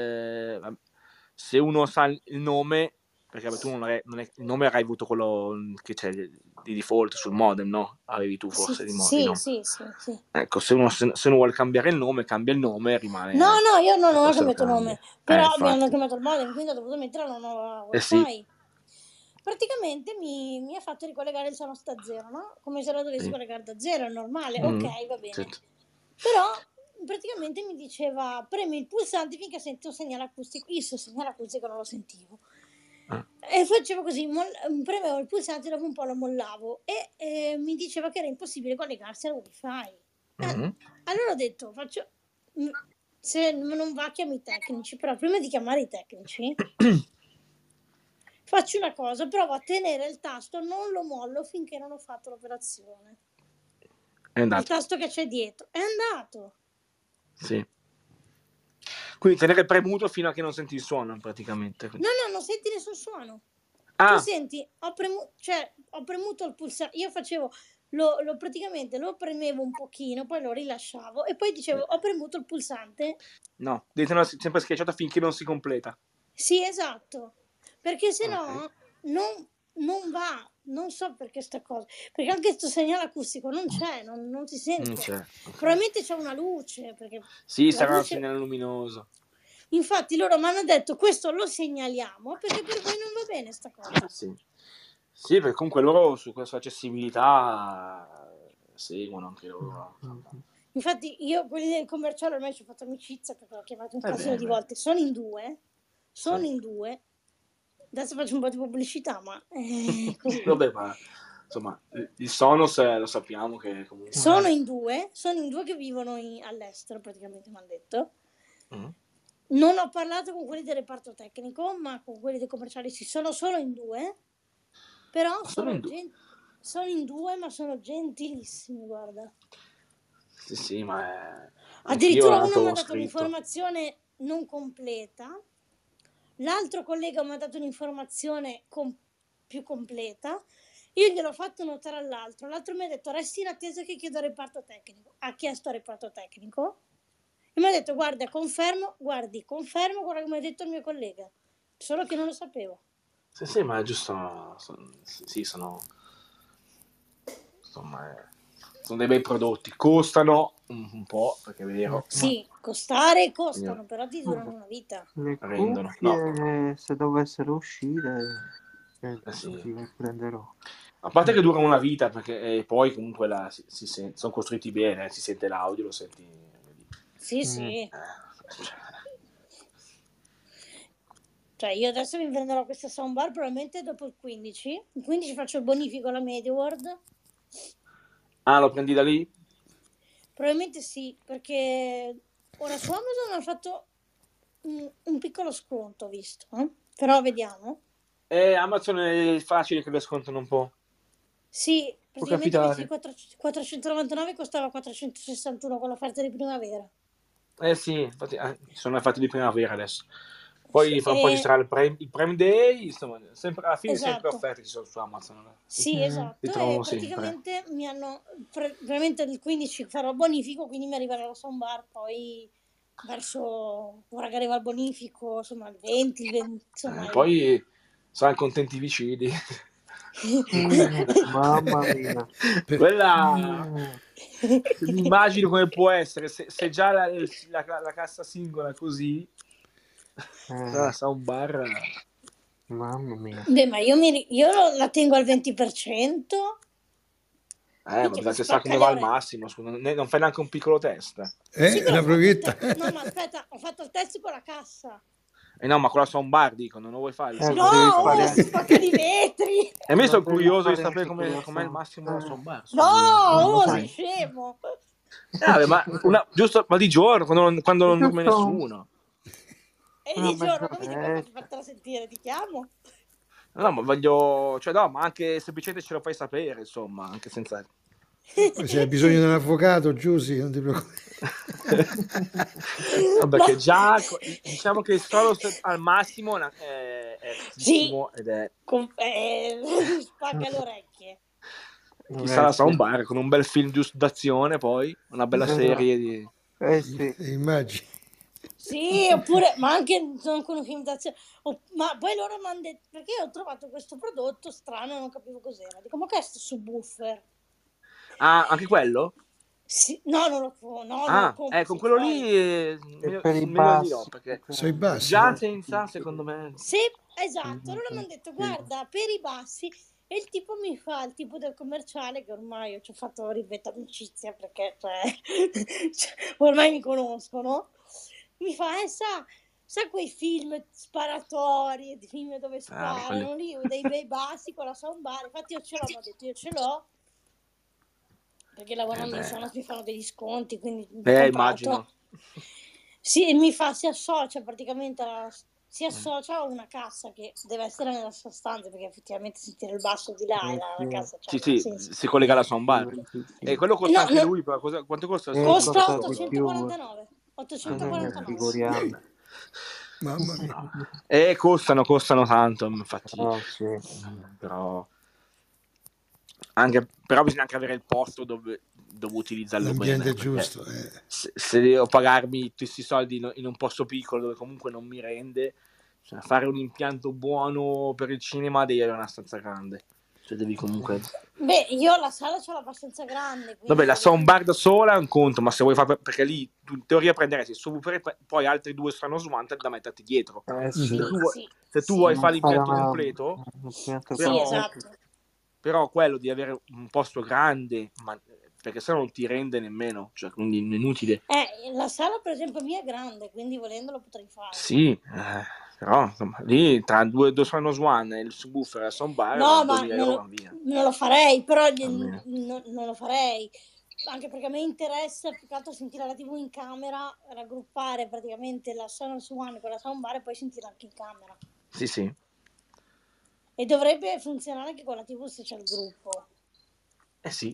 Speaker 2: se uno sa il nome, perché tu non è il nome avrai avuto quello che c'è di default sul modem, no? Avevi tu forse di modem,
Speaker 4: sì.
Speaker 2: Ecco, se uno vuole cambiare il nome, cambia il nome e rimane.
Speaker 4: No, io non ho cambiato il nome, però mi hanno chiamato il modem, quindi ho dovuto mettere una nuova wifi.
Speaker 2: Sì.
Speaker 4: Praticamente mi ha fatto ricollegare il Sonos da zero, no? Come se lo dovessi collegare da zero, è normale, ok, va bene. Certo. Però praticamente mi diceva premi il pulsante finché senti un segnale acustico. Io sul segnale acustico non lo sentivo. E facevo così, premevo il pulsante, dopo un po' lo mollavo e mi diceva che era impossibile collegarsi al wifi. Allora ho detto, se non va chiami i tecnici, però prima di chiamare i tecnici faccio una cosa, provo a tenere il tasto, non lo mollo finché non ho fatto l'operazione.
Speaker 2: È andato.
Speaker 4: Il tasto che c'è dietro è andato.
Speaker 2: Sì. Quindi tenere premuto fino a che non senti il suono, praticamente.
Speaker 4: No, non senti nessun suono. Tu senti, ho premuto il pulsante, io facevo, praticamente lo premevo un pochino, poi lo rilasciavo e poi dicevo, ho premuto il pulsante.
Speaker 2: No, devi tenere sempre schiacciato finché non si completa.
Speaker 4: Sì, esatto. Perché se no non va, non so perché sta cosa, perché anche questo segnale acustico non c'è, non si sente.
Speaker 2: Non c'è.
Speaker 4: Probabilmente c'è una luce, perché
Speaker 2: sarà un segnale luminoso.
Speaker 4: Infatti loro mi hanno detto questo lo segnaliamo perché per voi non va bene sta cosa.
Speaker 2: Sì, perché comunque loro su questa accessibilità seguono anche loro.
Speaker 4: Infatti io quelli del commerciale ormai ci ho fatto amicizia perché l'ho chiamato un casino di volte. Sono in due. Adesso faccio un po' di pubblicità, ma
Speaker 2: vabbè, ma insomma il Sonos lo sappiamo che comunque
Speaker 4: sono in due che vivono all'estero, praticamente mi hanno detto. Non ho parlato con quelli del reparto tecnico, ma con quelli dei commerciali sono solo in due. Però sono in due, ma sono gentilissimi, guarda.
Speaker 2: Sì, ma è...
Speaker 4: Addirittura uno mi ha dato un'informazione non completa, l'altro collega mi ha dato un'informazione più completa, io gliel'ho fatto notare all'altro, l'altro mi ha detto resti in attesa che chiedo al reparto tecnico, ha chiesto al reparto tecnico e mi ha detto confermo quello che mi ha detto il mio collega, solo che non lo sapevo.
Speaker 2: Sì, ma è giusto, sono dei bei prodotti, costano un po', perché è vero.
Speaker 4: Sì, costano, però ti durano una vita.
Speaker 5: Le cuffie, se dovessero uscire, le prenderò.
Speaker 2: A parte che durano una vita, perché poi comunque sono costruiti bene, si sente l'audio, lo senti.
Speaker 4: Sì. Cioè io adesso mi prenderò questa soundbar probabilmente dopo il 15. Il 15 faccio il bonifico alla MediaWorld.
Speaker 2: Lo prendi da lì?
Speaker 4: Probabilmente sì, perché ora su Amazon hanno fatto un piccolo sconto, visto. Però vediamo.
Speaker 2: Amazon è facile che lo scontano un po'.
Speaker 4: Sì, praticamente invece di 499 costava 461 con l'offerta di primavera.
Speaker 2: Sì, infatti sono le offerte di primavera adesso. Poi fra un po' ci sarà il Prime Day, insomma, alla fine sempre offerte ci sono su Amazon.
Speaker 4: Sì, esatto, e praticamente mi hanno, veramente il 15 farò il bonifico, quindi mi arriverà la soundbar, poi verso, ora che arriva il bonifico, insomma il 20, insomma.
Speaker 2: Poi saranno contenti i vicini.
Speaker 5: Mamma mia.
Speaker 2: Quella... mi immagino come può essere, se già la cassa singola così... la soundbar,
Speaker 5: mamma mia.
Speaker 4: Beh, ma io la tengo al 20%.
Speaker 2: Ma bisogna sa come va al massimo, scusa, non fai neanche un piccolo test.
Speaker 4: Sì,
Speaker 6: una provetta.
Speaker 4: No, ma aspetta, ho fatto il test con la cassa.
Speaker 2: No, ma con la soundbar dico, non lo vuoi fare?
Speaker 4: Si spaccano i vetri.
Speaker 2: E me sono curioso di sapere com'è il massimo della soundbar.
Speaker 4: Sei scemo.
Speaker 2: Ma giusto, ma di giorno, quando non dorme nessuno.
Speaker 4: E di giorno come ti faccio fartela sentire, ti chiamo?
Speaker 2: No, ma voglio... Cioè, no, ma anche semplicemente ce lo fai sapere, insomma, anche senza...
Speaker 6: Se hai bisogno di un avvocato, Giusy, non ti preoccupare.
Speaker 2: Vabbè, che già diciamo che il solo al massimo è altissimo ed è
Speaker 4: spacca le orecchie.
Speaker 2: Chissà la soundbar con un bel film giusto d'azione, poi una bella serie di
Speaker 5: sì.
Speaker 6: Immagini.
Speaker 4: Sì, oppure, ma anche non con un film d'azione. Ma poi loro mi hanno detto, perché io ho trovato questo prodotto strano, non capivo cos'era. Dico, ma che è sto subwoofer?
Speaker 2: Ah, anche quello?
Speaker 4: Sì, no, non lo compro.
Speaker 2: Con quello lì
Speaker 5: per i
Speaker 2: bassi, perché
Speaker 6: sono i bassi.
Speaker 2: Già senza, secondo me.
Speaker 4: Sì, esatto. Allora mi hanno detto, guarda, per i bassi, e il tipo mi fa, il tipo del commerciale, che ormai ci ho fatto ripetere amicizia, perché ormai mi conoscono, mi fa, sa quei film sparatori, film dove sparano, lì, dei bei bassi con la soundbar. Infatti io ce l'ho, mi ha detto, io ce l'ho, perché lavorando in Sonos mi fanno degli sconti, quindi
Speaker 2: immagino.
Speaker 4: Sì, mi fa, si associa praticamente si associa a una cassa che deve essere nella sua stanza, perché effettivamente sentire il basso di là la cassa
Speaker 2: si collega alla soundbar. E quello costa anche lui, però quanto costa?
Speaker 4: Costa 849. 849.
Speaker 6: Mamma mia.
Speaker 2: Costano tanto, infatti. Però bisogna anche avere il posto dove utilizzarlo
Speaker 6: l'ambiente
Speaker 2: bene,
Speaker 6: giusto.
Speaker 2: Se devo pagarmi tutti questi soldi in un posto piccolo dove comunque non mi rende, cioè fare un impianto buono per il cinema devi avere una stanza grande, cioè devi comunque...
Speaker 4: Beh, io la sala ce l'ho abbastanza grande,
Speaker 2: vabbè, la soundbar da sola è un conto, ma se vuoi fare, perché lì tu in teoria prenderesti il subwoofer e poi altri 2 Sonos One da metterti dietro. Se tu vuoi fare l'impianto completo,
Speaker 4: esatto.
Speaker 2: Però quello di avere un posto grande, perché sennò non ti rende nemmeno, cioè quindi è inutile.
Speaker 4: La sala per esempio mia è grande, quindi volendo lo potrei fare.
Speaker 2: Sì, però insomma, lì tra due Sonos One e il subwoofer e la soundbar,
Speaker 4: no, ma non lo farei, però non lo farei, anche perché a me interessa più che altro sentire la TV in camera, raggruppare praticamente la Sonos One con la soundbar e poi sentirla anche in camera.
Speaker 2: Sì.
Speaker 4: E dovrebbe funzionare anche con la TV se c'è il gruppo.
Speaker 2: Sì.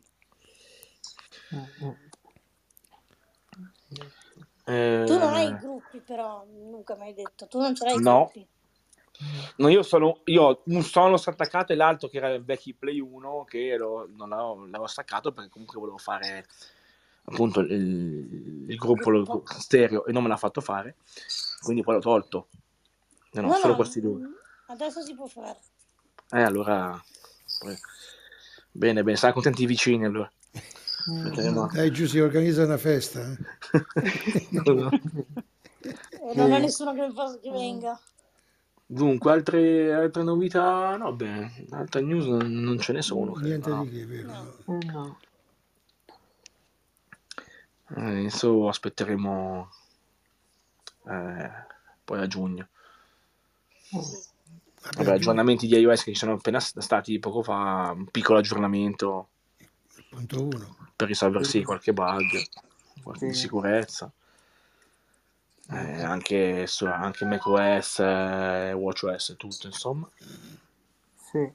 Speaker 4: Tu non hai i gruppi, però, Luca mi hai detto, tu non ce l'hai i gruppi.
Speaker 2: No, io ho un Sonos attaccato e l'altro che era il vecchio Play 1 che non l'avevo staccato perché comunque volevo fare appunto il gruppo stereo e non me l'ha fatto fare, quindi poi l'ho tolto. Solo questi due.
Speaker 4: Adesso si può fare.
Speaker 2: Allora bene, saranno contenti i vicini allora.
Speaker 6: Dai, giù, si organizza una festa.
Speaker 4: Non ho nessuno che venga.
Speaker 2: Dunque, altre novità? No, beh, altre news non ce ne sono.
Speaker 6: Niente di che, vero?
Speaker 5: No.
Speaker 2: Adesso aspetteremo poi a giugno. Vabbè, aggiornamenti di iOS che ci sono appena stati poco fa, un piccolo aggiornamento.
Speaker 6: 0.1
Speaker 2: per risolversi qualche bug, qualche di sicurezza. Anche macOS, watchOS, tutto insomma.
Speaker 5: Sì.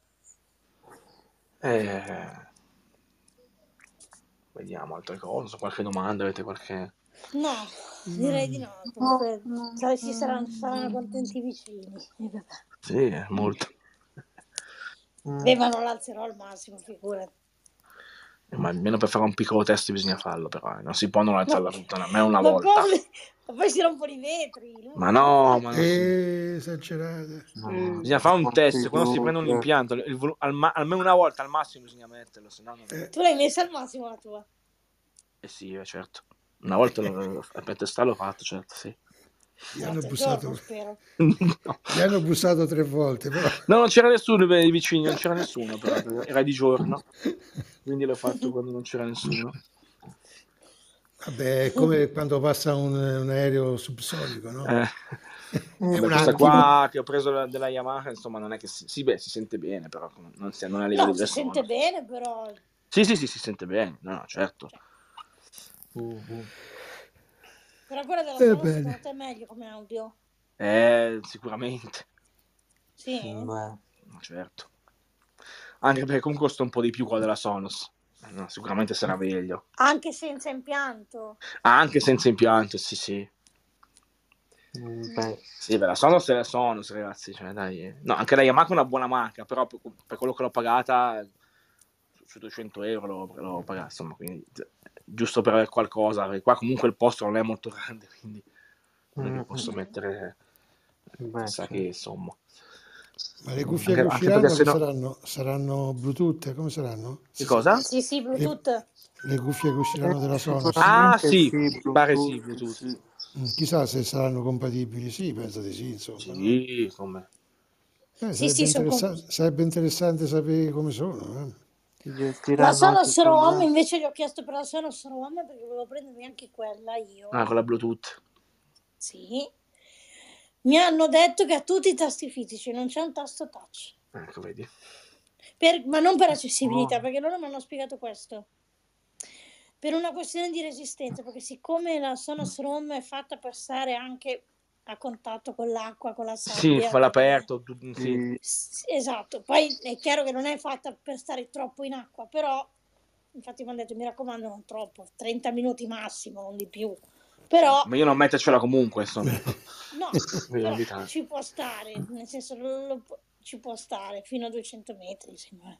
Speaker 2: Vediamo altre cose, qualche domanda, avete qualche...
Speaker 4: No, direi di no. Saranno contenti i vicini.
Speaker 2: Sì, molto.
Speaker 4: Beh, ma non l'alzerò al massimo, figurati.
Speaker 2: Ma almeno per fare un piccolo test bisogna farlo, però non si può non alzarla tutta, almeno una volta.
Speaker 4: Ma poi si rompono i vetri.
Speaker 2: Ma no, ma
Speaker 6: esagerata.
Speaker 2: Bisogna fare un test quando si prende un impianto, almeno una volta al massimo bisogna metterlo, se no non...
Speaker 4: Tu l'hai messa al massimo la tua?
Speaker 2: Sì, certo. Una volta per testarlo l'ho fatto, certo, sì.
Speaker 6: Gli hanno bussato,
Speaker 4: spero.
Speaker 2: No.
Speaker 6: Gli hanno bussato 3 volte, però.
Speaker 2: No, non c'era nessuno i vicini, non c'era nessuno, però era di giorno, quindi l'ho fatto quando non c'era nessuno.
Speaker 6: Vabbè, è come quando passa un aereo subsonico, no?
Speaker 2: Questa qua che ho preso della Yamaha, insomma, non è che si sente bene, però non è a livello
Speaker 4: si sente bene, però...
Speaker 2: Sì, si sente bene, no, certo.
Speaker 4: Però quella della Sonos secondo te è meglio come audio?
Speaker 2: Sicuramente.
Speaker 4: Sì?
Speaker 2: certo. Anche perché comunque costa un po' di più quella della Sonos. No, sicuramente sarà meglio.
Speaker 4: Anche senza impianto.
Speaker 2: Anche senza impianto, sì.
Speaker 5: Beh.
Speaker 2: Sì, la Sonos è la Sonos, ragazzi. Cioè, dai. No, anche la Yamaha è una buona marca, però per quello che l'ho pagata, su 200 euro l'ho pagata, insomma, quindi giusto per avere qualcosa, perché qua comunque il posto non è molto grande, quindi non è che posso mettere chissà che, insomma.
Speaker 6: Ma le cuffie che usciranno saranno Bluetooth? Come saranno?
Speaker 2: Che cosa?
Speaker 4: Sì, Bluetooth.
Speaker 6: Le cuffie che usciranno della Sonos.
Speaker 2: Ah, sì, pare sì, Bluetooth.
Speaker 6: Chissà se saranno compatibili. Sì, penso di sì, insomma.
Speaker 2: Sì, come?
Speaker 6: Sarebbe interessante sapere come sono.
Speaker 4: La Sonos Roam, invece gli ho chiesto per la Sonos Roam perché volevo prendermi anche quella io.
Speaker 2: Ah, con la Bluetooth.
Speaker 4: Sì. Mi hanno detto che ha tutti i tasti fisici, non c'è un tasto touch.
Speaker 2: Ecco, vedi.
Speaker 4: Ma non per accessibilità, perché loro mi hanno spiegato questo. Per una questione di resistenza, perché siccome la Sonos Roam è fatta per stare anche a contatto con l'acqua, con la sabbia.
Speaker 2: Sì, fa l'aperto. Sì.
Speaker 4: Esatto, poi è chiaro che non è fatta per stare troppo in acqua, però infatti mi hanno detto, mi raccomando, non troppo, 30 minuti massimo, non di più. Però,
Speaker 2: ma io non mettercela comunque, insomma.
Speaker 4: No, però ci può stare, nel senso ci può stare fino a 200 metri, sembra.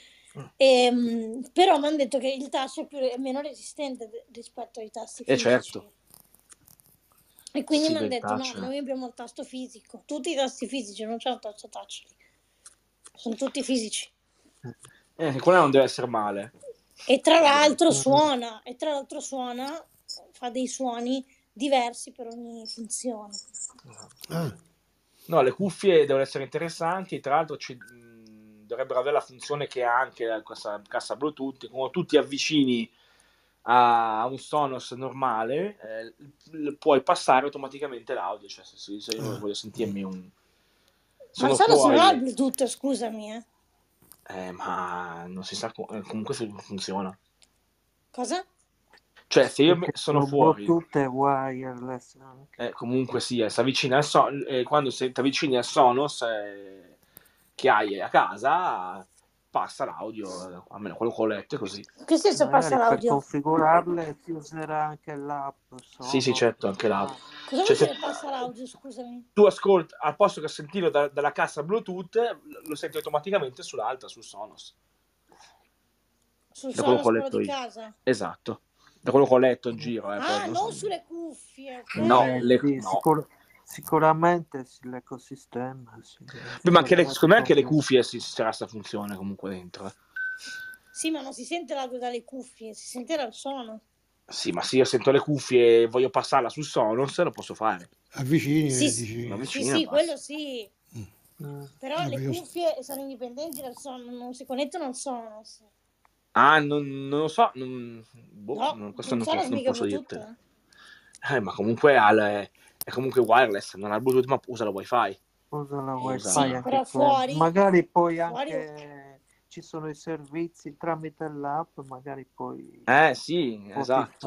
Speaker 4: Però mi hanno detto che il touch è meno resistente rispetto ai tasti fisici.
Speaker 2: Certo.
Speaker 4: E quindi mi hanno detto, no, noi abbiamo il tasto fisico, tutti i tasti fisici, non c'è un tasto touch lì. Sono tutti fisici.
Speaker 2: Quella non deve essere male.
Speaker 4: E tra l'altro suona, fa dei suoni diversi per ogni funzione.
Speaker 2: No, le cuffie devono essere interessanti, tra l'altro dovrebbero avere la funzione che ha anche questa cassa Bluetooth, come tu ti avvicini a un Sonos normale, puoi passare automaticamente l'audio, cioè se io voglio sentirmi un...
Speaker 4: Ma il Sonos non ha il Bluetooth, scusami.
Speaker 2: Ma non si sa, comunque funziona.
Speaker 4: Cosa?
Speaker 2: Cioè, se io sono fuori,
Speaker 5: tutto è wireless anche.
Speaker 2: comunque sì, si avvicina quando ti avvicini al Sonos che hai a casa, passa l'audio, almeno quello che ho letto è così.
Speaker 4: Che senso passa l'audio?
Speaker 5: Per configurarle si userà anche l'app.
Speaker 2: Sì, certo, anche l'app.
Speaker 4: Cosa vuol dire passa l'audio, scusami?
Speaker 2: Tu ascolti, al posto che sentirlo dalla cassa Bluetooth, lo senti automaticamente sull'altra, sul Sonos.
Speaker 4: Sul Sonos quello di casa?
Speaker 2: Esatto. Da quello che ho letto in giro.
Speaker 4: Non sulle cuffie. Okay.
Speaker 2: No,
Speaker 5: sicuramente l'ecosistema.
Speaker 2: Ma secondo me anche le cuffie c'era questa funzione comunque dentro.
Speaker 4: Sì, ma non si sente l'audio dalle cuffie, si sente dal suono.
Speaker 2: Sì, ma se io sento le cuffie e voglio passarla sul Sonos, lo posso fare.
Speaker 6: Avvicini,
Speaker 4: sì, quello sì. Però le cuffie sono indipendenti dal suono, non si connettono al Sonos.
Speaker 2: Ah, non lo so. Questo non posso dirti. Ma comunque è comunque wireless, non ha il Bluetooth, ma usa la Wi-Fi.
Speaker 5: Usa la Wi-Fi
Speaker 4: sì, però fuori.
Speaker 5: Magari poi anche ci sono i servizi tramite l'app, magari poi.
Speaker 2: Sì, esatto.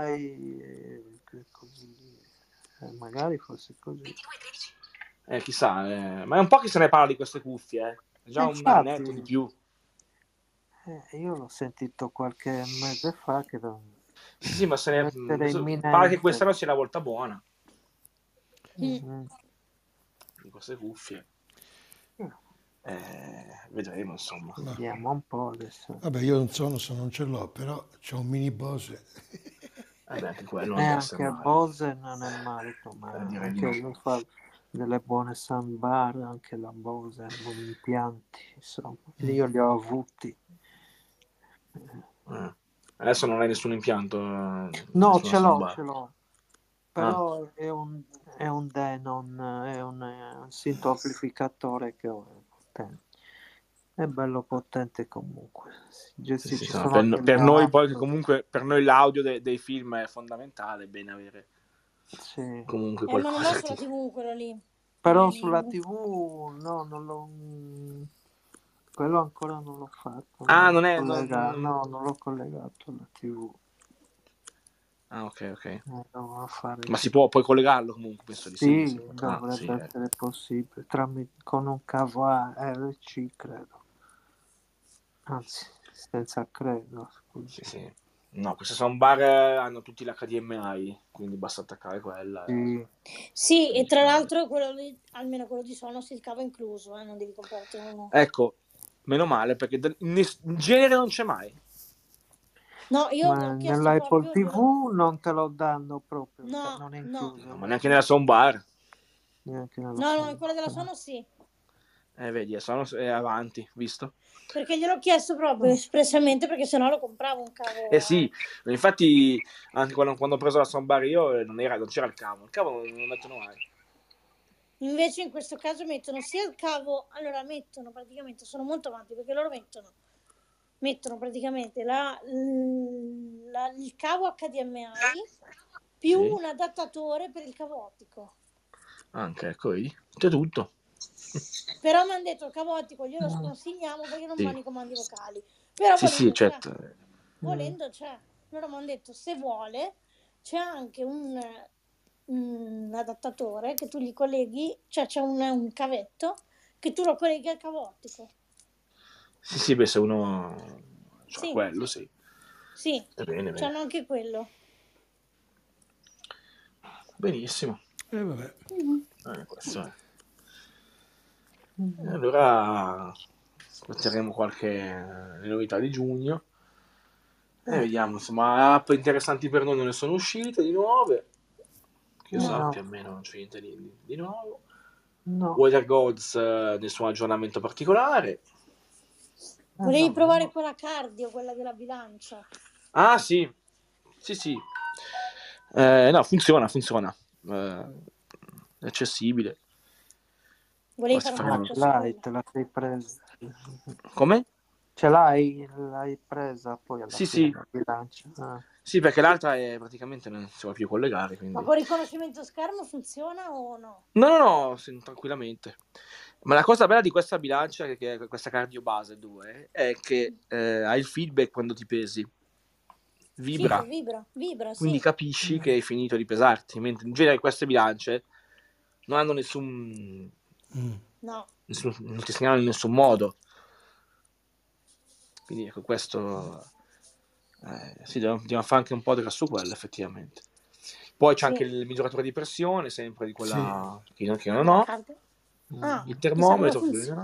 Speaker 5: Così. Magari fosse così.
Speaker 2: Chissà, ma è un po' che se ne parla di queste cuffie, già un annetto di più.
Speaker 5: Io l'ho sentito qualche mese fa che
Speaker 2: sì, ma pare che quest'anno sia la volta buona di queste cuffie. Vedremo, insomma.
Speaker 5: Vediamo un po' adesso.
Speaker 6: Vabbè, io non ce l'ho, però c'ho un mini Bose.
Speaker 2: Anche quello
Speaker 5: anche Bose non è male, ma anche non fa delle buone soundbar, anche la Bose, buoni impianti, insomma. Io li ho avuti.
Speaker 2: Adesso non hai nessun impianto?
Speaker 5: No, ce l'ho. Però è un Denon, è un synth amplificatore che ho potente. È bello potente comunque.
Speaker 2: Per noi poi che comunque per noi l'audio dei film è fondamentale, è bene avere comunque qualcosa.
Speaker 4: Ma non è sulla TV quello lì.
Speaker 5: Però sulla TV no, non l'ho. Quello ancora non l'ho fatto.
Speaker 2: Non è.
Speaker 5: No, non l'ho collegato alla TV.
Speaker 2: Ah, ok.
Speaker 5: Fare...
Speaker 2: Ma si può poi collegarlo comunque, penso di sì.
Speaker 5: Sì, dovrebbe essere possibile con un cavo ARC, credo. Anzi, senza credo, scusi.
Speaker 2: Sì. No, queste soundbar hanno tutti l'HDMI, quindi basta attaccare quella.
Speaker 4: Sì, e tra l'altro quello lì, almeno quello di Sonos, il cavo è incluso, non devi comprarti uno.
Speaker 2: Ecco, meno male, perché in genere non c'è mai.
Speaker 4: No, io ho chiesto
Speaker 5: nell'Apple
Speaker 4: proprio...
Speaker 5: TV non te lo danno proprio,
Speaker 4: No,
Speaker 5: cioè non è incluso.
Speaker 2: No, ma neanche nella soundbar.
Speaker 4: No, in quella della Sonos sì.
Speaker 2: Vedi, Sonos è avanti, visto?
Speaker 4: Perché gliel'ho chiesto proprio espressamente, perché sennò lo compravo un cavo.
Speaker 2: Sì, infatti anche quando ho preso la soundbar io non c'era il cavo non lo mettono mai.
Speaker 4: Invece in questo caso mettono sia il cavo, allora mettono praticamente, sono molto avanti perché loro mettono praticamente il cavo HDMI più un adattatore per il cavo ottico.
Speaker 2: Anche, ecco, vedi? C'è tutto.
Speaker 4: Però mi hanno detto il cavo ottico glielo sconsigliamo perché non vanno i comandi vocali. Però
Speaker 2: certo.
Speaker 4: Volendo c'è. Loro mi hanno detto se vuole c'è anche un adattatore che tu gli colleghi, cioè c'è un cavetto che tu lo colleghi al cavo ottico.
Speaker 2: Sì, beh, se uno c'ha quello, sì.
Speaker 4: Sì,
Speaker 2: bene.
Speaker 4: c'hanno anche quello.
Speaker 2: Benissimo.
Speaker 6: Vabbè.
Speaker 2: Questo è. Allora aspetteremo qualche novità di giugno e vediamo, insomma, app interessanti per noi non ne sono uscite di nuove, che io sappia, almeno non c'è niente di nuovo. Weather Gods, nessun aggiornamento particolare.
Speaker 4: Volevi provare quella cardio, quella della bilancia?
Speaker 2: Ah sì. No, funziona, è accessibile.
Speaker 4: Volevi fare un po'
Speaker 5: te la sei presa.
Speaker 2: Come?
Speaker 5: Ce l'hai presa poi alla fine la bilancia.
Speaker 2: Sì, perché l'altra praticamente non si può più collegare. Quindi...
Speaker 4: Ma con riconoscimento schermo funziona o no?
Speaker 2: No, tranquillamente. Ma la cosa bella di questa bilancia, che è questa Cardio Base 2, è che ha il feedback quando ti pesi. Vibra.
Speaker 4: Sì, vibra,
Speaker 2: quindi capisci che hai finito di pesarti, mentre in genere queste bilance non hanno nessun...
Speaker 4: No.
Speaker 2: non ti segnalano in nessun modo. Quindi ecco, questo... sì, dobbiamo fare anche un podcast su quello, effettivamente. Poi c'è anche il misuratore di pressione, sempre di quella che non ho. Il termometro.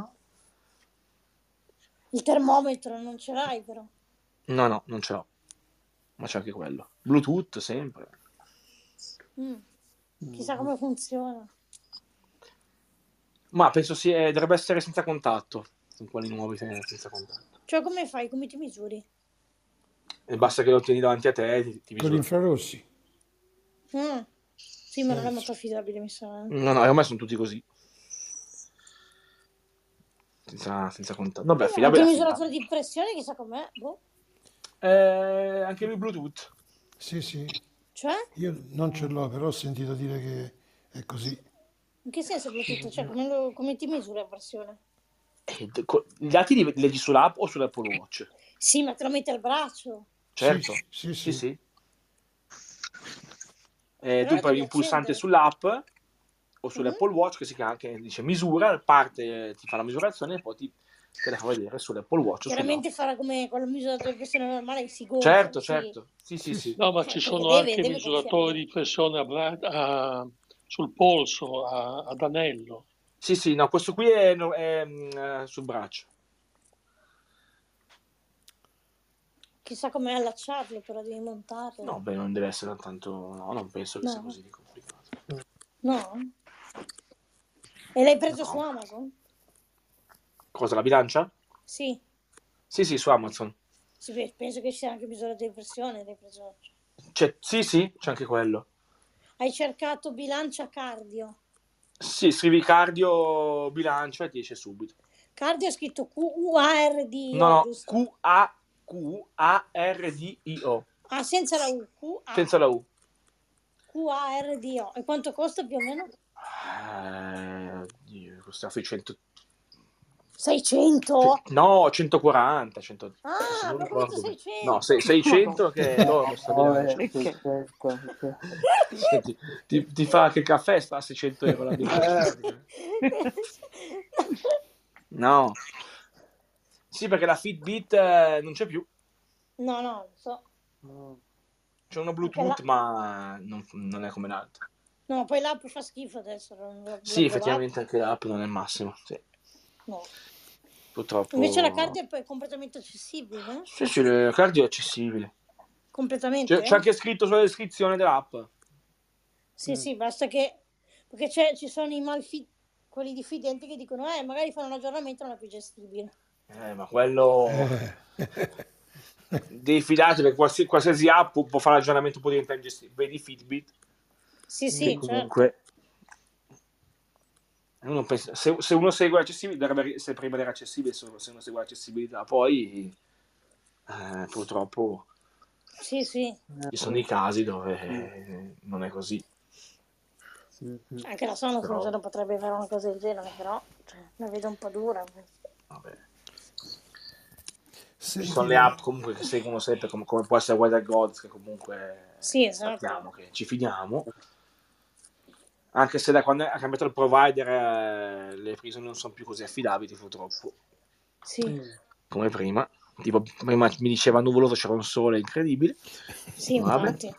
Speaker 4: Il termometro non ce l'hai, però.
Speaker 2: No, non ce l'ho. Ma c'è anche quello. Bluetooth, sempre.
Speaker 4: Chissà come funziona.
Speaker 2: Ma penso dovrebbe essere senza contatto. Con quali nuovi senza contatto.
Speaker 4: Cioè, come fai? Come ti misuri?
Speaker 2: E basta che lo tieni davanti a te ti misuri.
Speaker 6: Con gli infrarossi.
Speaker 4: Sì, ma non è molto affidabile, mi sa.
Speaker 2: No, ormai sono tutti così. Senza contatto. Vabbè, affidabile.
Speaker 4: Anche il misuratore di pressione, chissà com'è.
Speaker 2: Anche lui Bluetooth.
Speaker 6: Sì.
Speaker 4: Cioè?
Speaker 6: Io non ce l'ho, però ho sentito dire che è così.
Speaker 4: In che senso Bluetooth? Cioè, come ti misura la pressione?
Speaker 2: Gli dati li leggi sull'app o sull'Apple Watch?
Speaker 4: Sì, ma te lo metti al braccio.
Speaker 2: Certo. Sì. Tu prendi un pulsante sull'app o sull'Apple Watch che si chiama, che dice misura, parte, ti fa la misurazione e poi te la fa vedere sull'Apple Watch.
Speaker 4: Chiaramente farà come con il misuratore di pressione normale che si gonfia.
Speaker 2: Certo. Sì.
Speaker 7: No, ma ci sono anche misuratori di pressione sul polso, ad anello.
Speaker 2: Sì, no, questo qui è sul braccio.
Speaker 4: Chissà come allacciarlo, però devi montarlo.
Speaker 2: No, beh, non deve essere tanto... No, non penso che sia così complicato.
Speaker 4: No? E l'hai preso su Amazon?
Speaker 2: Cosa, la bilancia?
Speaker 4: Sì.
Speaker 2: Sì, su Amazon.
Speaker 4: Sì, penso che sia anche misurato di pressione, l'hai preso.
Speaker 2: Sì, c'è anche quello.
Speaker 4: Hai cercato bilancia cardio?
Speaker 2: Sì, scrivi cardio bilancia e ti esce subito.
Speaker 4: Cardio è scritto Q-U-A-R-D-I-O.
Speaker 2: No, Q-A-R-D-I-O.
Speaker 4: Ah, senza la U.
Speaker 2: Senza la U.
Speaker 4: Q-A-R-D-O. E quanto costa più o meno?
Speaker 2: Costa 100...
Speaker 4: 600?
Speaker 2: No, 140. 100...
Speaker 4: Ah,
Speaker 2: non
Speaker 4: proprio
Speaker 2: ricordo.
Speaker 4: 600.
Speaker 2: No, 600 che loro stabilire. Ti fa che caffè sta a 600 euro la birra? No. Sì, perché la Fitbit non c'è più.
Speaker 4: No, non so.
Speaker 2: C'è uno Bluetooth, ma non è come l'altro.
Speaker 4: No, poi l'app fa schifo adesso.
Speaker 2: Sì, effettivamente anche l'app non è il massimo. Sì.
Speaker 4: No.
Speaker 2: Purtroppo.
Speaker 4: Invece la cardio è completamente accessibile?
Speaker 2: Sì, la cardio è accessibile.
Speaker 4: Completamente?
Speaker 2: C'è anche scritto sulla descrizione dell'app.
Speaker 4: Sì, basta che... Perché ci sono i quelli diffidenti che dicono magari fanno un aggiornamento non è più gestibile.
Speaker 2: Ma quello... Devi fidarti perché qualsiasi app può fare l'aggiornamento, può diventare ingestibile. Vedi Fitbit?
Speaker 4: Sì,
Speaker 2: comunque... Uno pensa, se uno segue l'accessibilità, dovrebbe sempre rimanere accessibile se uno segue l'accessibilità. Poi, purtroppo...
Speaker 4: Sì.
Speaker 2: Ci sono i casi dove non è così.
Speaker 4: Anche la Sonos non potrebbe fare una cosa del genere, però la vedo un po' dura.
Speaker 2: Vabbè. Ci sono le app comunque che seguono sempre come può essere Weather Gods, che comunque sappiamo che ci fidiamo. Anche se da quando ha cambiato il provider le previsioni non sono più così affidabili, purtroppo.
Speaker 4: Sì.
Speaker 2: Come prima. Tipo, prima mi diceva nuvoloso, c'era un sole incredibile.
Speaker 4: Sì, infatti.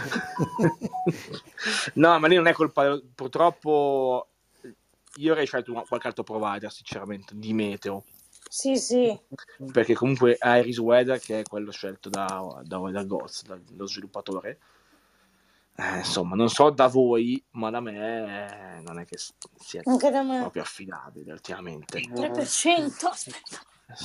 Speaker 2: No, ma lì non è colpa, purtroppo io avrei scelto qualche altro provider, sinceramente, di meteo.
Speaker 4: Sì.
Speaker 2: Perché comunque Iris Weather, che è quello scelto da Weather Gods, dallo sviluppatore, insomma, non so da voi, ma da me non è che sia proprio affidabile ultimamente.
Speaker 4: 3%, aspetta.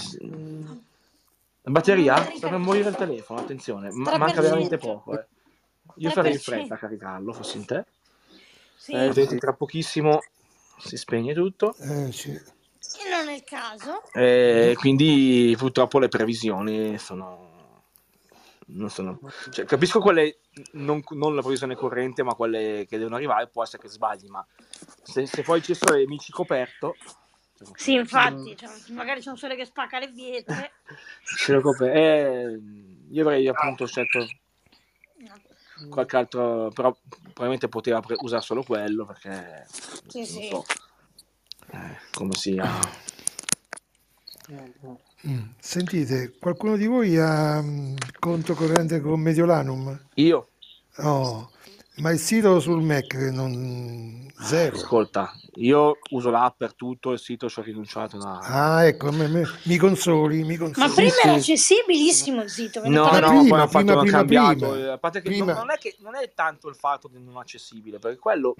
Speaker 2: La batteria sta per morire il telefono, attenzione, manca veramente poco. Io farei in fretta a caricarlo, fossi in te. Tra pochissimo si spegne tutto.
Speaker 6: Sì.
Speaker 4: E non è il caso.
Speaker 2: Quindi purtroppo le previsioni non sono... Cioè, capisco quelle non la previsione corrente, ma quelle che devono arrivare, può essere che sbagli, ma se poi ci sono i mici coperto...
Speaker 4: Sì, infatti, magari c'è un sole che spacca le pietre.
Speaker 2: Io avrei appunto scelto qualche altro, però probabilmente poteva usare solo quello, perché non so come sia.
Speaker 6: Sentite, qualcuno di voi ha conto corrente con Mediolanum?
Speaker 2: Io?
Speaker 6: No, ma il sito sul Mac zero.
Speaker 2: Ascolta, io uso l'app per tutto, il sito ci ho rinunciato
Speaker 6: ecco, mi consoli.
Speaker 4: Ma prima era accessibilissimo il sito.
Speaker 2: No,
Speaker 6: prima,
Speaker 2: poi hanno cambiato.
Speaker 6: Prima.
Speaker 2: A parte che non è tanto il fatto di non accessibile, perché quello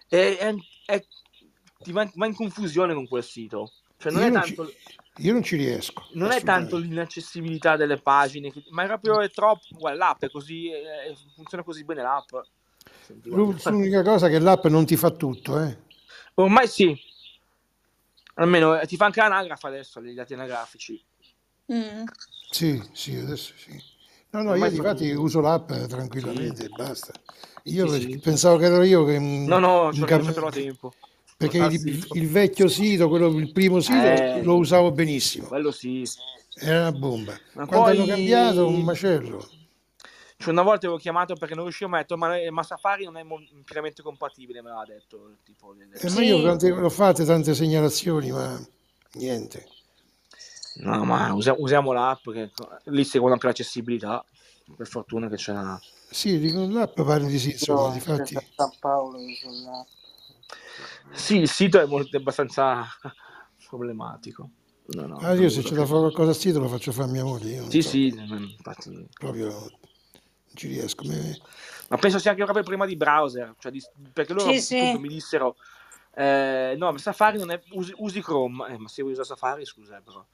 Speaker 2: ti va in confusione con quel sito. Cioè non è tanto...
Speaker 6: Io non ci riesco.
Speaker 2: Non è tanto l'inaccessibilità delle pagine, ma è proprio troppo. Guarda, l'app è così, funziona così bene l'app.
Speaker 6: L'unica cosa è che l'app non ti fa tutto,
Speaker 2: Ormai sì. Almeno ti fa anche l'anagrafa adesso, i dati anagrafici.
Speaker 6: Sì, adesso sì. No, io infatti uso l'app tranquillamente e basta. Io pensavo che ero io che...
Speaker 2: No, ci ho rinunciato a tempo.
Speaker 6: Perché il vecchio sito, il primo sito, lo usavo benissimo.
Speaker 2: Quello sì.
Speaker 6: Era una bomba. Quando hanno cambiato, un macello.
Speaker 2: Cioè, una volta avevo chiamato perché non riuscivo, mi ha detto ma Safari non è pienamente compatibile, me l'ha detto il tipo.
Speaker 6: Ma io ho fatte tante segnalazioni, ma niente.
Speaker 2: No, ma usiamo l'app, che lì seguono anche l'accessibilità. Per fortuna che c'è una...
Speaker 6: Sì, con l'app pare di sì, insomma, difatti.
Speaker 5: San Paolo l'app.
Speaker 2: Sì, il sito è abbastanza problematico.
Speaker 6: Io se c'è da fare qualcosa al sito lo faccio fare a mia moglie.
Speaker 2: Sì, infatti.
Speaker 6: Proprio non ci riesco.
Speaker 2: Ma penso sia anche proprio prima di browser, cioè perché loro appunto mi dissero no, Safari non è... Usi Chrome. Ma se vuoi usare Safari, scusa, però...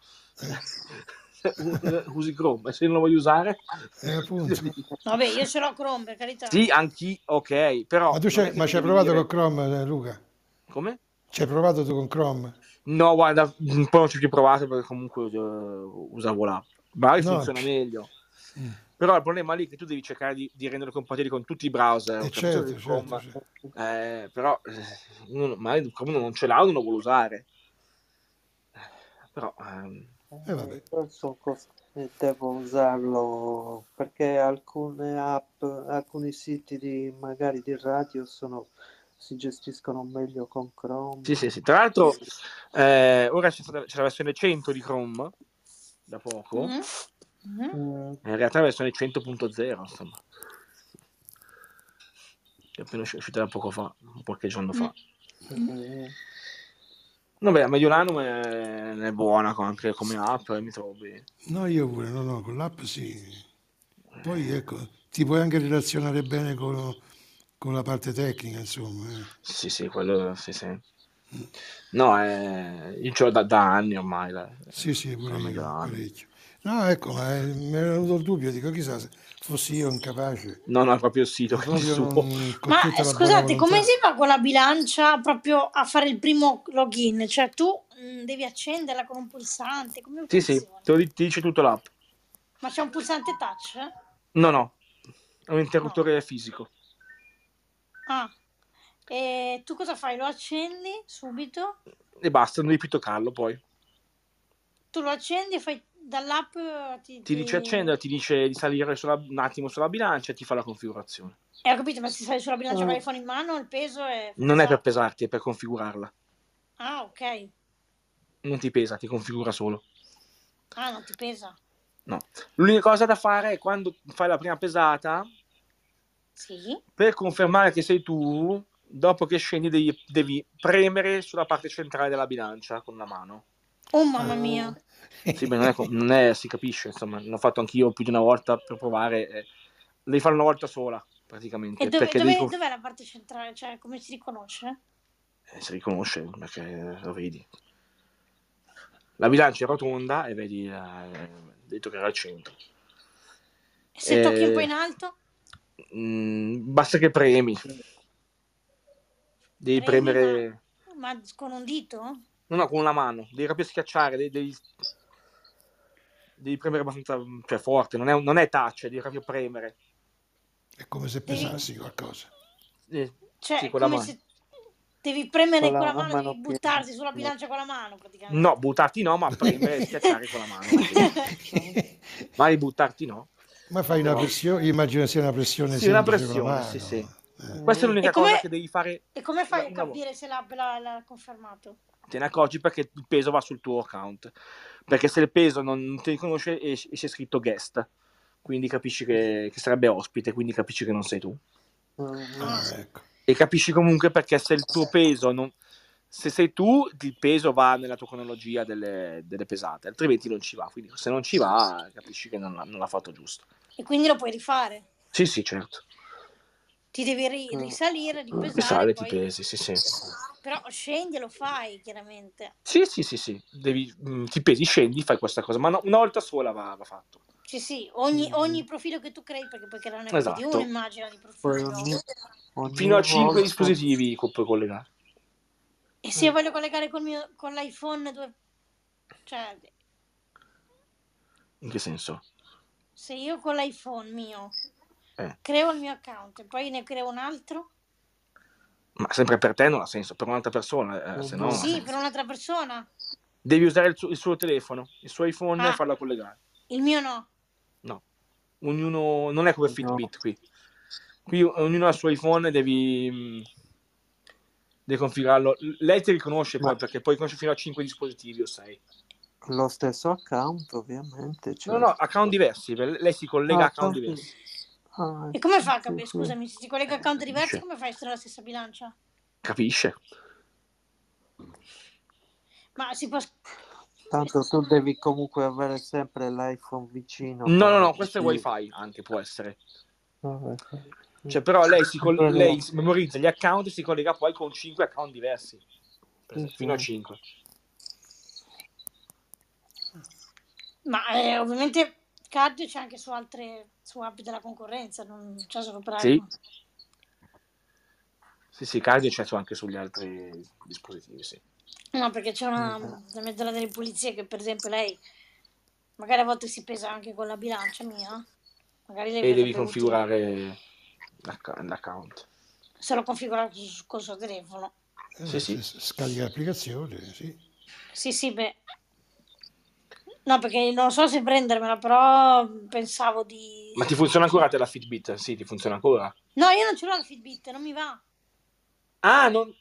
Speaker 2: usi Chrome, se non lo voglio usare...
Speaker 6: appunto.
Speaker 4: Vabbè, io ce l'ho Chrome, per carità.
Speaker 2: Sì, anch'io, ok, però...
Speaker 6: Ma tu ci hai provato con Chrome, Luca?
Speaker 2: Come?
Speaker 6: Ci hai provato tu con Chrome?
Speaker 2: No, guarda, un po' non ci ho più provato perché comunque usavo l'app. Magari funziona meglio. Però il problema lì è che tu devi cercare di renderlo compatibile con tutti i browser.
Speaker 6: Certo.
Speaker 2: Però magari uno non ce l'ha, uno lo vuole usare. Però
Speaker 6: vabbè.
Speaker 5: Devo usarlo perché alcune app, alcuni siti magari di radio si gestiscono meglio con Chrome.
Speaker 2: Sì. Tra l'altro ora c'è la versione 100 di Chrome da poco. In realtà la versione 100.0, insomma. È appena uscita da poco fa, qualche giorno fa. Vabbè, Mediolanum è buona anche come app, mi trovo bene.
Speaker 6: No, io pure, no, con l'app sì. Poi ecco, ti puoi anche relazionare bene con la parte tecnica, insomma.
Speaker 2: Sì, quello sì. No, io ce l'ho da anni ormai.
Speaker 6: Sì, pure io, parecchio. No, ecco, mi era venuto il dubbio, dico, chissà se fossi io incapace.
Speaker 2: No, è proprio il sito che
Speaker 4: Ma scusate, come si fa con la bilancia proprio a fare il primo login? Cioè tu devi accenderla con un pulsante? Come
Speaker 2: sì, ti dice tutto l'app.
Speaker 4: Ma c'è un pulsante touch?
Speaker 2: No, è un interruttore fisico.
Speaker 4: Ah, e tu cosa fai? Lo accendi subito?
Speaker 2: E basta, non devi più toccarlo poi.
Speaker 4: Tu lo accendi e fai dall'app
Speaker 2: ti dice accendere, ti dice di salire un attimo sulla bilancia e ti fa la configurazione.
Speaker 4: Ho capito, ma se sali sulla bilancia con l'iPhone in mano il peso è...
Speaker 2: Non è per pesarti, è per configurarla.
Speaker 4: Ah, ok.
Speaker 2: Non ti pesa, ti configura solo.
Speaker 4: Ah, non ti pesa?
Speaker 2: No. L'unica cosa da fare è quando fai la prima pesata,
Speaker 4: sì, per
Speaker 2: confermare che sei tu, dopo che scendi devi premere sulla parte centrale della bilancia con la mano.
Speaker 4: Oh mamma mia.
Speaker 2: Sì, beh, non è, si capisce, insomma, l'ho fatto anch'io più di una volta per provare. Devi farlo una volta sola, praticamente.
Speaker 4: E dov'è la parte centrale? Cioè, come si riconosce?
Speaker 2: Si riconosce, perché lo vedi. La bilancia è rotonda e vedi detto che era al centro.
Speaker 4: E se tocchi un po' in alto?
Speaker 2: Basta che premi. Devi premere...
Speaker 4: Ma con un dito?
Speaker 2: No, con una mano. Devi proprio schiacciare, devi premere abbastanza forte. Non è touch, devi proprio premere.
Speaker 6: È come se pesassi qualcosa.
Speaker 4: Cioè,
Speaker 2: sì, con la mano.
Speaker 4: Se devi premere con la mano, devi buttarti sulla bilancia con la mano, praticamente.
Speaker 2: No, buttarti no, ma premere e schiacciare con la mano. Ma buttarti no.
Speaker 6: Ma fai una pressione, immagino sia una pressione
Speaker 2: semplice. Una pressione, sì. Questa è l'unica cosa che devi fare.
Speaker 4: E come fai a capire se l'app l'ha confermato?
Speaker 2: Te ne accorgi perché il peso va sul tuo account. Perché se il peso non ti riconosce esce scritto guest. Quindi capisci che sarebbe ospite, quindi capisci che non sei tu.
Speaker 6: Ecco.
Speaker 2: E capisci comunque perché se il tuo peso se sei tu, il peso va nella tua cronologia delle pesate, altrimenti non ci va. Quindi se non ci va, capisci che non l'ha fatto giusto.
Speaker 4: E quindi lo puoi rifare?
Speaker 2: Sì, certo.
Speaker 4: Ti devi risalire, ripesare.
Speaker 2: Risale, poi... ti pesi, sì.
Speaker 4: Però scendi e lo fai, chiaramente.
Speaker 2: Sì. Ti pesi, scendi, fai questa cosa, ma una volta sola va fatto.
Speaker 4: Sì, ogni profilo che tu crei, perché poi creare più di uno, immagina, di profilo.
Speaker 2: Fino a 5 dispositivi puoi collegare.
Speaker 4: E se io voglio collegare con l'iPhone 2... Cioè...
Speaker 2: In che senso?
Speaker 4: Se io con l'iPhone mio creo il mio account e poi ne creo un altro?
Speaker 2: Ma sempre per te non ha senso, per un'altra persona, se no...
Speaker 4: Sì, per un'altra persona.
Speaker 2: Devi usare il suo telefono, il suo iPhone e farla collegare.
Speaker 4: Il mio no?
Speaker 2: No. Ognuno... Non è come Fitbit qui. Qui ognuno ha il suo iPhone e devi configurarlo. Lei ti riconosce poi, perché poi conosce fino a 5 dispositivi o 6.
Speaker 5: Lo stesso account, ovviamente.
Speaker 2: Certo. No, account diversi. Lei si collega a account diversi.
Speaker 4: E come fa a capire? Scusami, se si collega a account diversi, come fai a essere la stessa bilancia?
Speaker 2: Capisce.
Speaker 4: Ma si può...
Speaker 5: Tanto tu devi comunque avere sempre l'iPhone vicino.
Speaker 2: No, questo è Wi-Fi, anche può essere. Cioè, però lei memorizza gli account e si collega poi con 5 account diversi. Fino a 5.
Speaker 4: Ma ovviamente Cardio c'è anche su app della concorrenza, non c'è solo per iPhone.
Speaker 2: Sì, Cardio c'è anche sugli altri dispositivi, sì.
Speaker 4: No, perché c'è una mezzola delle pulizie che, per esempio, lei magari a volte si pesa anche con la bilancia mia. Magari
Speaker 2: e devi configurare l'account.
Speaker 4: Se lo configura col suo telefono.
Speaker 2: Sì.
Speaker 6: Scarica l'applicazione, sì.
Speaker 4: Sì, beh. No, perché non so se prendermela, però pensavo di...
Speaker 2: Ma ti funziona ancora te la Fitbit? Sì, ti funziona ancora?
Speaker 4: No, io non ce l'ho la Fitbit, non mi va.
Speaker 2: Non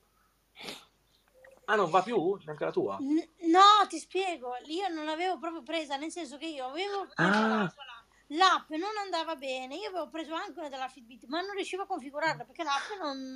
Speaker 2: va più? Neanche la tua?
Speaker 4: No, ti spiego, io non l'avevo proprio presa, nel senso che io avevo preso l'app, non andava bene, io avevo preso anche una della Fitbit, ma non riuscivo a configurarla perché l'app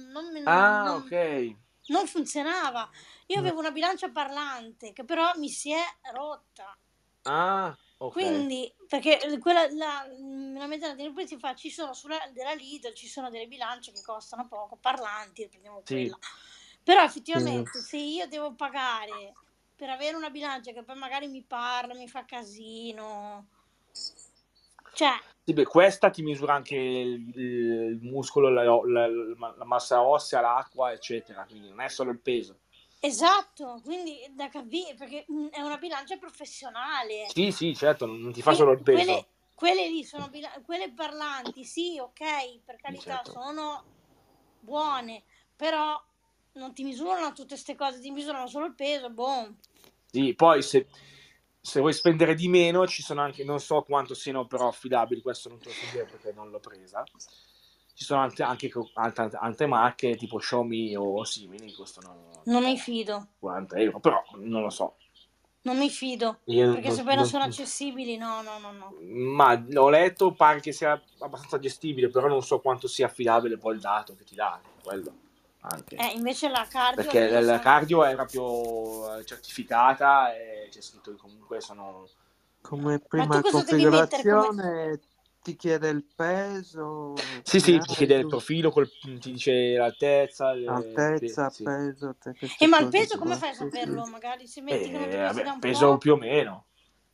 Speaker 4: non funzionava. Io avevo una bilancia parlante che però mi si è rotta.
Speaker 2: Okay.
Speaker 4: Quindi, perché la mezz'ora di si fa, ci sono della Lidl, ci sono delle bilance che costano poco, parlanti, prendiamo quella. Però effettivamente se io devo pagare per avere una bilancia che poi magari mi parla, mi fa casino, cioè...
Speaker 2: Sì, beh, questa ti misura anche il muscolo, la massa ossea, l'acqua, eccetera, quindi non è solo il peso.
Speaker 4: Esatto, quindi da capire, perché è una bilancia professionale.
Speaker 2: Sì, certo, non ti fa solo il peso.
Speaker 4: Quelle lì sono quelle parlanti, sì, ok, per carità, certo. Sono buone, però non ti misurano tutte queste cose, ti misurano solo il peso, boh.
Speaker 2: Sì, poi se vuoi spendere di meno ci sono anche, non so quanto siano però affidabili, questo non te lo so dire perché non l'ho presa. Ci sono anche altre marche tipo Xiaomi o simili, costano...
Speaker 4: Non mi fido.
Speaker 2: 40 euro, però non lo so.
Speaker 4: Non mi fido, perché se poi non sono accessibili, no.
Speaker 2: Ma ho letto, pare che sia abbastanza gestibile, però non so quanto sia affidabile poi il dato che ti dà, quello anche.
Speaker 4: Invece la cardio...
Speaker 2: Perché la cardio è proprio certificata e c'è scritto che comunque sono...
Speaker 5: Come prima configurazione ti chiede il peso?
Speaker 2: Sì, ti chiede il profilo, ti dice l'altezza,
Speaker 5: peso.
Speaker 4: Ma il peso come fai a saperlo? Magari se metti che non ti pesi da un
Speaker 2: peso
Speaker 4: po'...
Speaker 2: più o meno.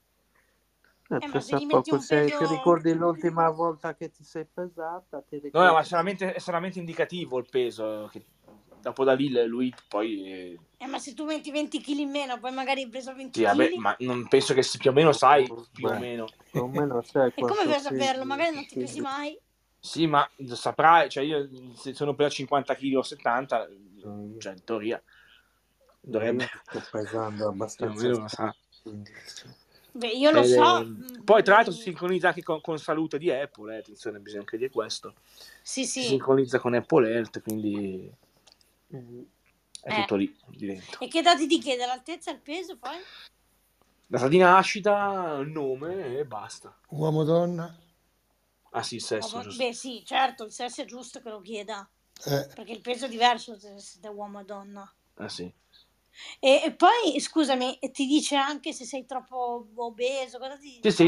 Speaker 4: Ma se gli metti un peso...
Speaker 5: ti ricordi l'ultima volta che ti sei pesata?
Speaker 2: No, ma è solamente indicativo il peso, che dopo da lì lui poi...
Speaker 4: ma se tu metti 20 kg in meno, poi magari hai preso 20
Speaker 2: kg... Sì, vabbè, ma non penso che più o meno sai, più o meno.
Speaker 5: Sai.
Speaker 4: E come fai a saperlo? Magari non ti pesi mai.
Speaker 2: Sì, ma saprai, cioè io se sono per 50 kg o 70, cioè in teoria dovrebbe...
Speaker 5: Sto pesando abbastanza.
Speaker 2: Lo sa.
Speaker 4: Beh, io lo so.
Speaker 2: Poi tra l'altro si sincronizza anche con salute di Apple, attenzione, bisogna anche dire questo.
Speaker 4: Sì.
Speaker 2: Si sincronizza con Apple Health, quindi è tutto lì dentro.
Speaker 4: E che dati ti chiede? L'altezza, il peso poi?
Speaker 2: Data di nascita, il nome e basta.
Speaker 6: Uomo, donna?
Speaker 2: Ah sì, il sesso, giusto.
Speaker 4: Beh sì, certo, il sesso è giusto che lo chieda. Perché il peso è diverso da uomo a donna.
Speaker 2: Sì.
Speaker 4: E poi, scusami, ti dice anche se sei troppo obeso, cosa ti dice?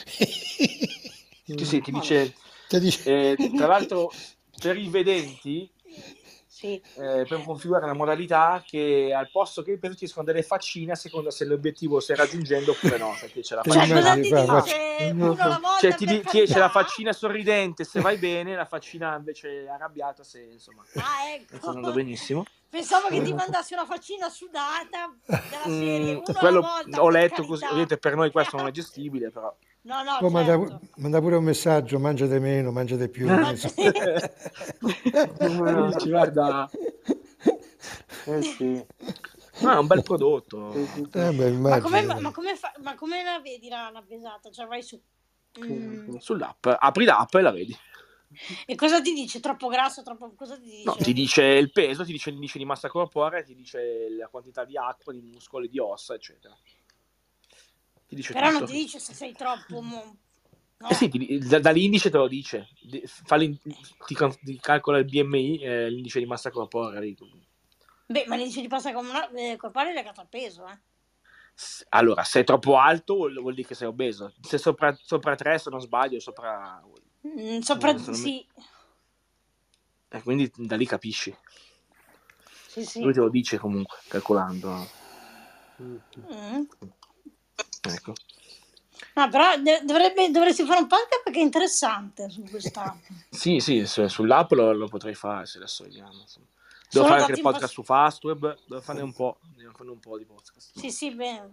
Speaker 2: Sì, ti dice... tra l'altro, per i vedenti, per configurare una modalità che al posto che il peso ti escono delle faccine a seconda se l'obiettivo stai raggiungendo oppure no, perché c'è la faccina. Ti esce la faccina sorridente se vai bene, la faccina invece arrabbiata se insomma sta andando benissimo.
Speaker 4: Pensavo che ti mandassi una faccina sudata della serie
Speaker 2: quello ho letto così, ovviamente per noi questo non è gestibile, però
Speaker 4: no,
Speaker 6: certo. Manda pure un messaggio, mangiate meno, mangiate più.
Speaker 2: Guarda,
Speaker 5: sì.
Speaker 2: No, è un bel prodotto.
Speaker 4: Ma come la vedi la pesata? Cioè vai
Speaker 2: sull'app, apri l'app e la vedi.
Speaker 4: E cosa ti dice? Troppo grasso? Cosa ti dice?
Speaker 2: No, ti dice il peso, ti dice l'indice di massa corporea, ti dice la quantità di acqua, di muscoli, di ossa, eccetera. Ti dice
Speaker 4: però
Speaker 2: tutto.
Speaker 4: Non ti dice se sei troppo... No.
Speaker 2: Sì, dall'indice te lo dice. Ti calcola il BMI, l'indice di massa corporea.
Speaker 4: Beh, ma l'indice di massa corporea è legato al peso,
Speaker 2: Allora, se è troppo alto vuol dire che sei obeso. Se sopra 3, se non sbaglio, sopra
Speaker 4: sì.
Speaker 2: Quindi da lì capisci.
Speaker 4: Sì.
Speaker 2: Lui te lo dice comunque, calcolando. Ecco.
Speaker 4: No, però dovresti fare un podcast perché è interessante su quest'app.
Speaker 2: Sì, sull'app lo potrei fare, se adesso vediamo. Devo fare anche il podcast su Fastweb, devo farne un po' di podcast.
Speaker 4: Sì, bene.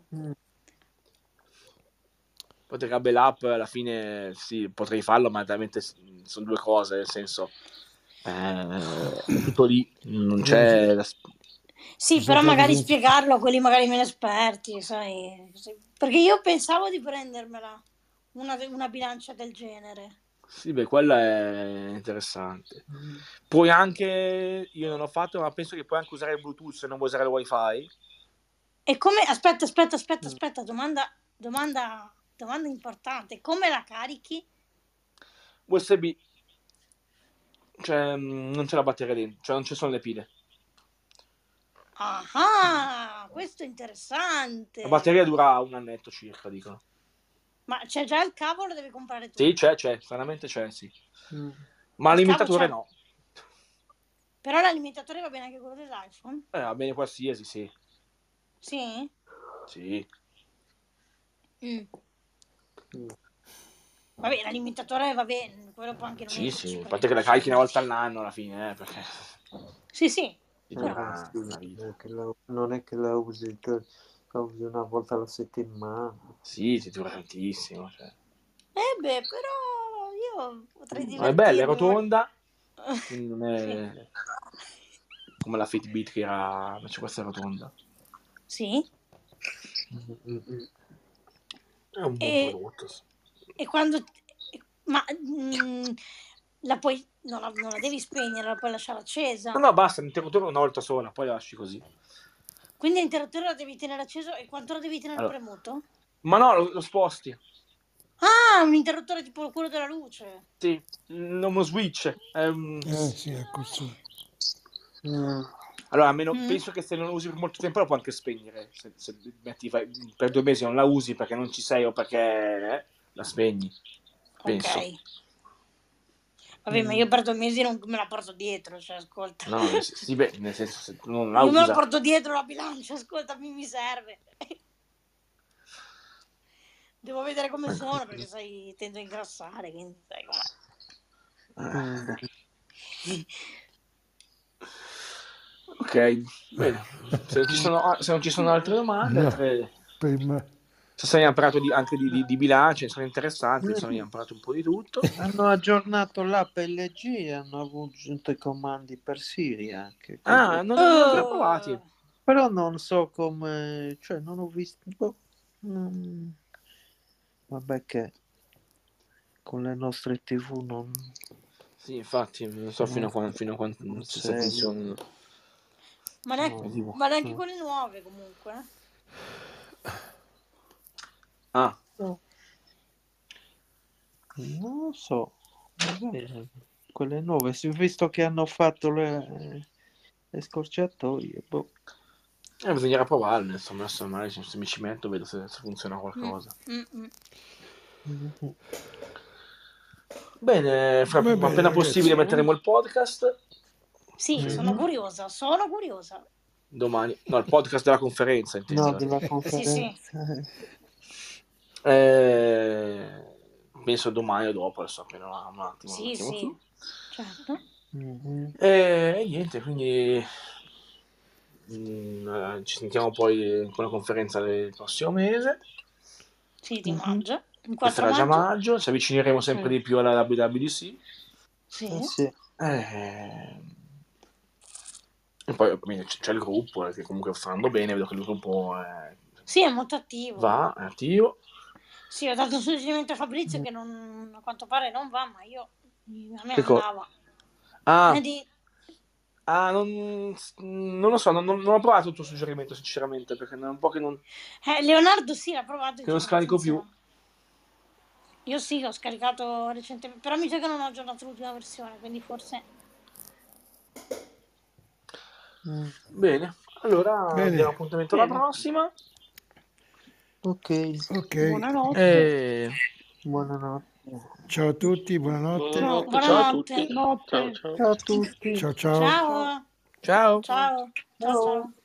Speaker 2: Potrebbe l'app alla fine, sì, potrei farlo, ma veramente sono due cose, nel senso, tutto lì, non c'è...
Speaker 4: Sì, però magari spiegarlo a quelli magari meno esperti, sai? Perché io pensavo di prendermela una bilancia del genere.
Speaker 2: Sì, beh, quella è interessante. Puoi anche, io non l'ho fatto, ma penso che puoi anche usare il Bluetooth se non vuoi usare il Wi-Fi.
Speaker 4: E come, aspetta, domanda importante, come la carichi?
Speaker 2: USB, cioè non c'è la batteria dentro, cioè non ci sono le pile.
Speaker 4: Ah, questo è interessante.
Speaker 2: La batteria dura un annetto circa, dicono.
Speaker 4: Ma c'è già il cavo o lo devi comprare tu?
Speaker 2: Sì, c'è, stranamente c'è, sì. Ma l'alimentatore no.
Speaker 4: Però l'alimentatore va bene anche quello dell'iPhone?
Speaker 2: Va bene qualsiasi, sì.
Speaker 4: Sì?
Speaker 2: Sì.
Speaker 4: Vabbè, l'alimentatore va bene, quello può anche non
Speaker 2: Sì, a parte che la carichi una volta all'anno alla fine, perché...
Speaker 4: Sì.
Speaker 5: Non è che la usi una volta alla settimana.
Speaker 2: Sì, ti dura tantissimo. Cioè.
Speaker 4: Beh, però io potrei divertirmi.
Speaker 2: È bella, è rotonda, quindi non è come la Fitbit che era... invece questa è rotonda.
Speaker 4: Sì?
Speaker 2: È un buon prodotto.
Speaker 4: E quando... Ma la puoi... non la devi spegnere, la puoi lasciare accesa?
Speaker 2: No, basta, l'interruttore una volta sola, poi la lasci così.
Speaker 4: Quindi l'interruttore lo devi tenere acceso e quanto lo devi tenere premuto?
Speaker 2: Ma no, lo sposti.
Speaker 4: Ah, un interruttore tipo quello della luce.
Speaker 2: Sì, uno switch.
Speaker 6: Sì, è così.
Speaker 2: Allora, almeno penso che se non lo usi per molto tempo lo puoi anche spegnere. Se metti per 2 mesi non la usi perché non ci sei o perché la spegni. Penso.
Speaker 4: Ok. Vabbè, ma io per 2 mesi non me la porto dietro, cioè, ascolta.
Speaker 2: No, sì, beh, nel senso, se non la
Speaker 4: io
Speaker 2: usa...
Speaker 4: me la porto dietro la bilancia, ascolta, mi serve. Devo vedere come sono, perché sai, tendo a ingrassare, quindi sai com'è.
Speaker 2: Ok, bene. Se non ci sono altre domande, se sei imparato anche di bilancio, sono interessanti, insomma, abbiamo imparato un po' di tutto.
Speaker 5: Hanno aggiornato l'app LG e hanno aggiunto i comandi per Siri anche.
Speaker 2: Non li ho provati.
Speaker 5: Però non so come, cioè non ho visto... Vabbè che con le nostre TV non...
Speaker 2: Sì, infatti, non so fino a quando se funzionano.
Speaker 4: Ma neanche quelle nuove comunque.
Speaker 5: No. Non lo so. Quelle nuove, visto che hanno fatto le scorciatoie,
Speaker 2: Bisognerà provarle, insomma, adesso magari se mi ci metto vedo se funziona qualcosa. Bene, appena possibile metteremo il podcast.
Speaker 4: Sì, sono curiosa.
Speaker 2: Domani, no, il podcast della conferenza, intendo.
Speaker 5: No, della conferenza.
Speaker 4: Sì.
Speaker 2: Penso domani o dopo, adesso appena un attimo.
Speaker 4: Sì, certo.
Speaker 2: E niente, quindi ci sentiamo poi con la conferenza del prossimo mese.
Speaker 4: Sì, di maggio.
Speaker 2: Questo era già maggio, ci avvicineremo sempre di più alla WWDC.
Speaker 4: Sì.
Speaker 2: E poi c'è il gruppo che comunque sta andando bene, vedo che il gruppo è
Speaker 4: molto attivo.
Speaker 2: È attivo.
Speaker 4: Sì, ho dato un suggerimento a Fabrizio che a quanto pare non va, ma a me andava.
Speaker 2: Non lo so, non ho provato il tuo suggerimento sinceramente, perché è un po' che non...
Speaker 4: Leonardo sì, l'ha provato.
Speaker 2: Che non scarico più.
Speaker 4: Io sì, l'ho scaricato recentemente, però mi sa che non ho aggiornato l'ultima versione, quindi forse...
Speaker 2: Bene, allora diamo appuntamento alla prossima.
Speaker 5: Ok.
Speaker 3: Buonanotte.
Speaker 5: Buonanotte.
Speaker 6: Ciao a tutti, buonanotte.
Speaker 2: Ciao a tutti.
Speaker 5: Ciao a tutti.
Speaker 6: Ciao.
Speaker 4: Ciao.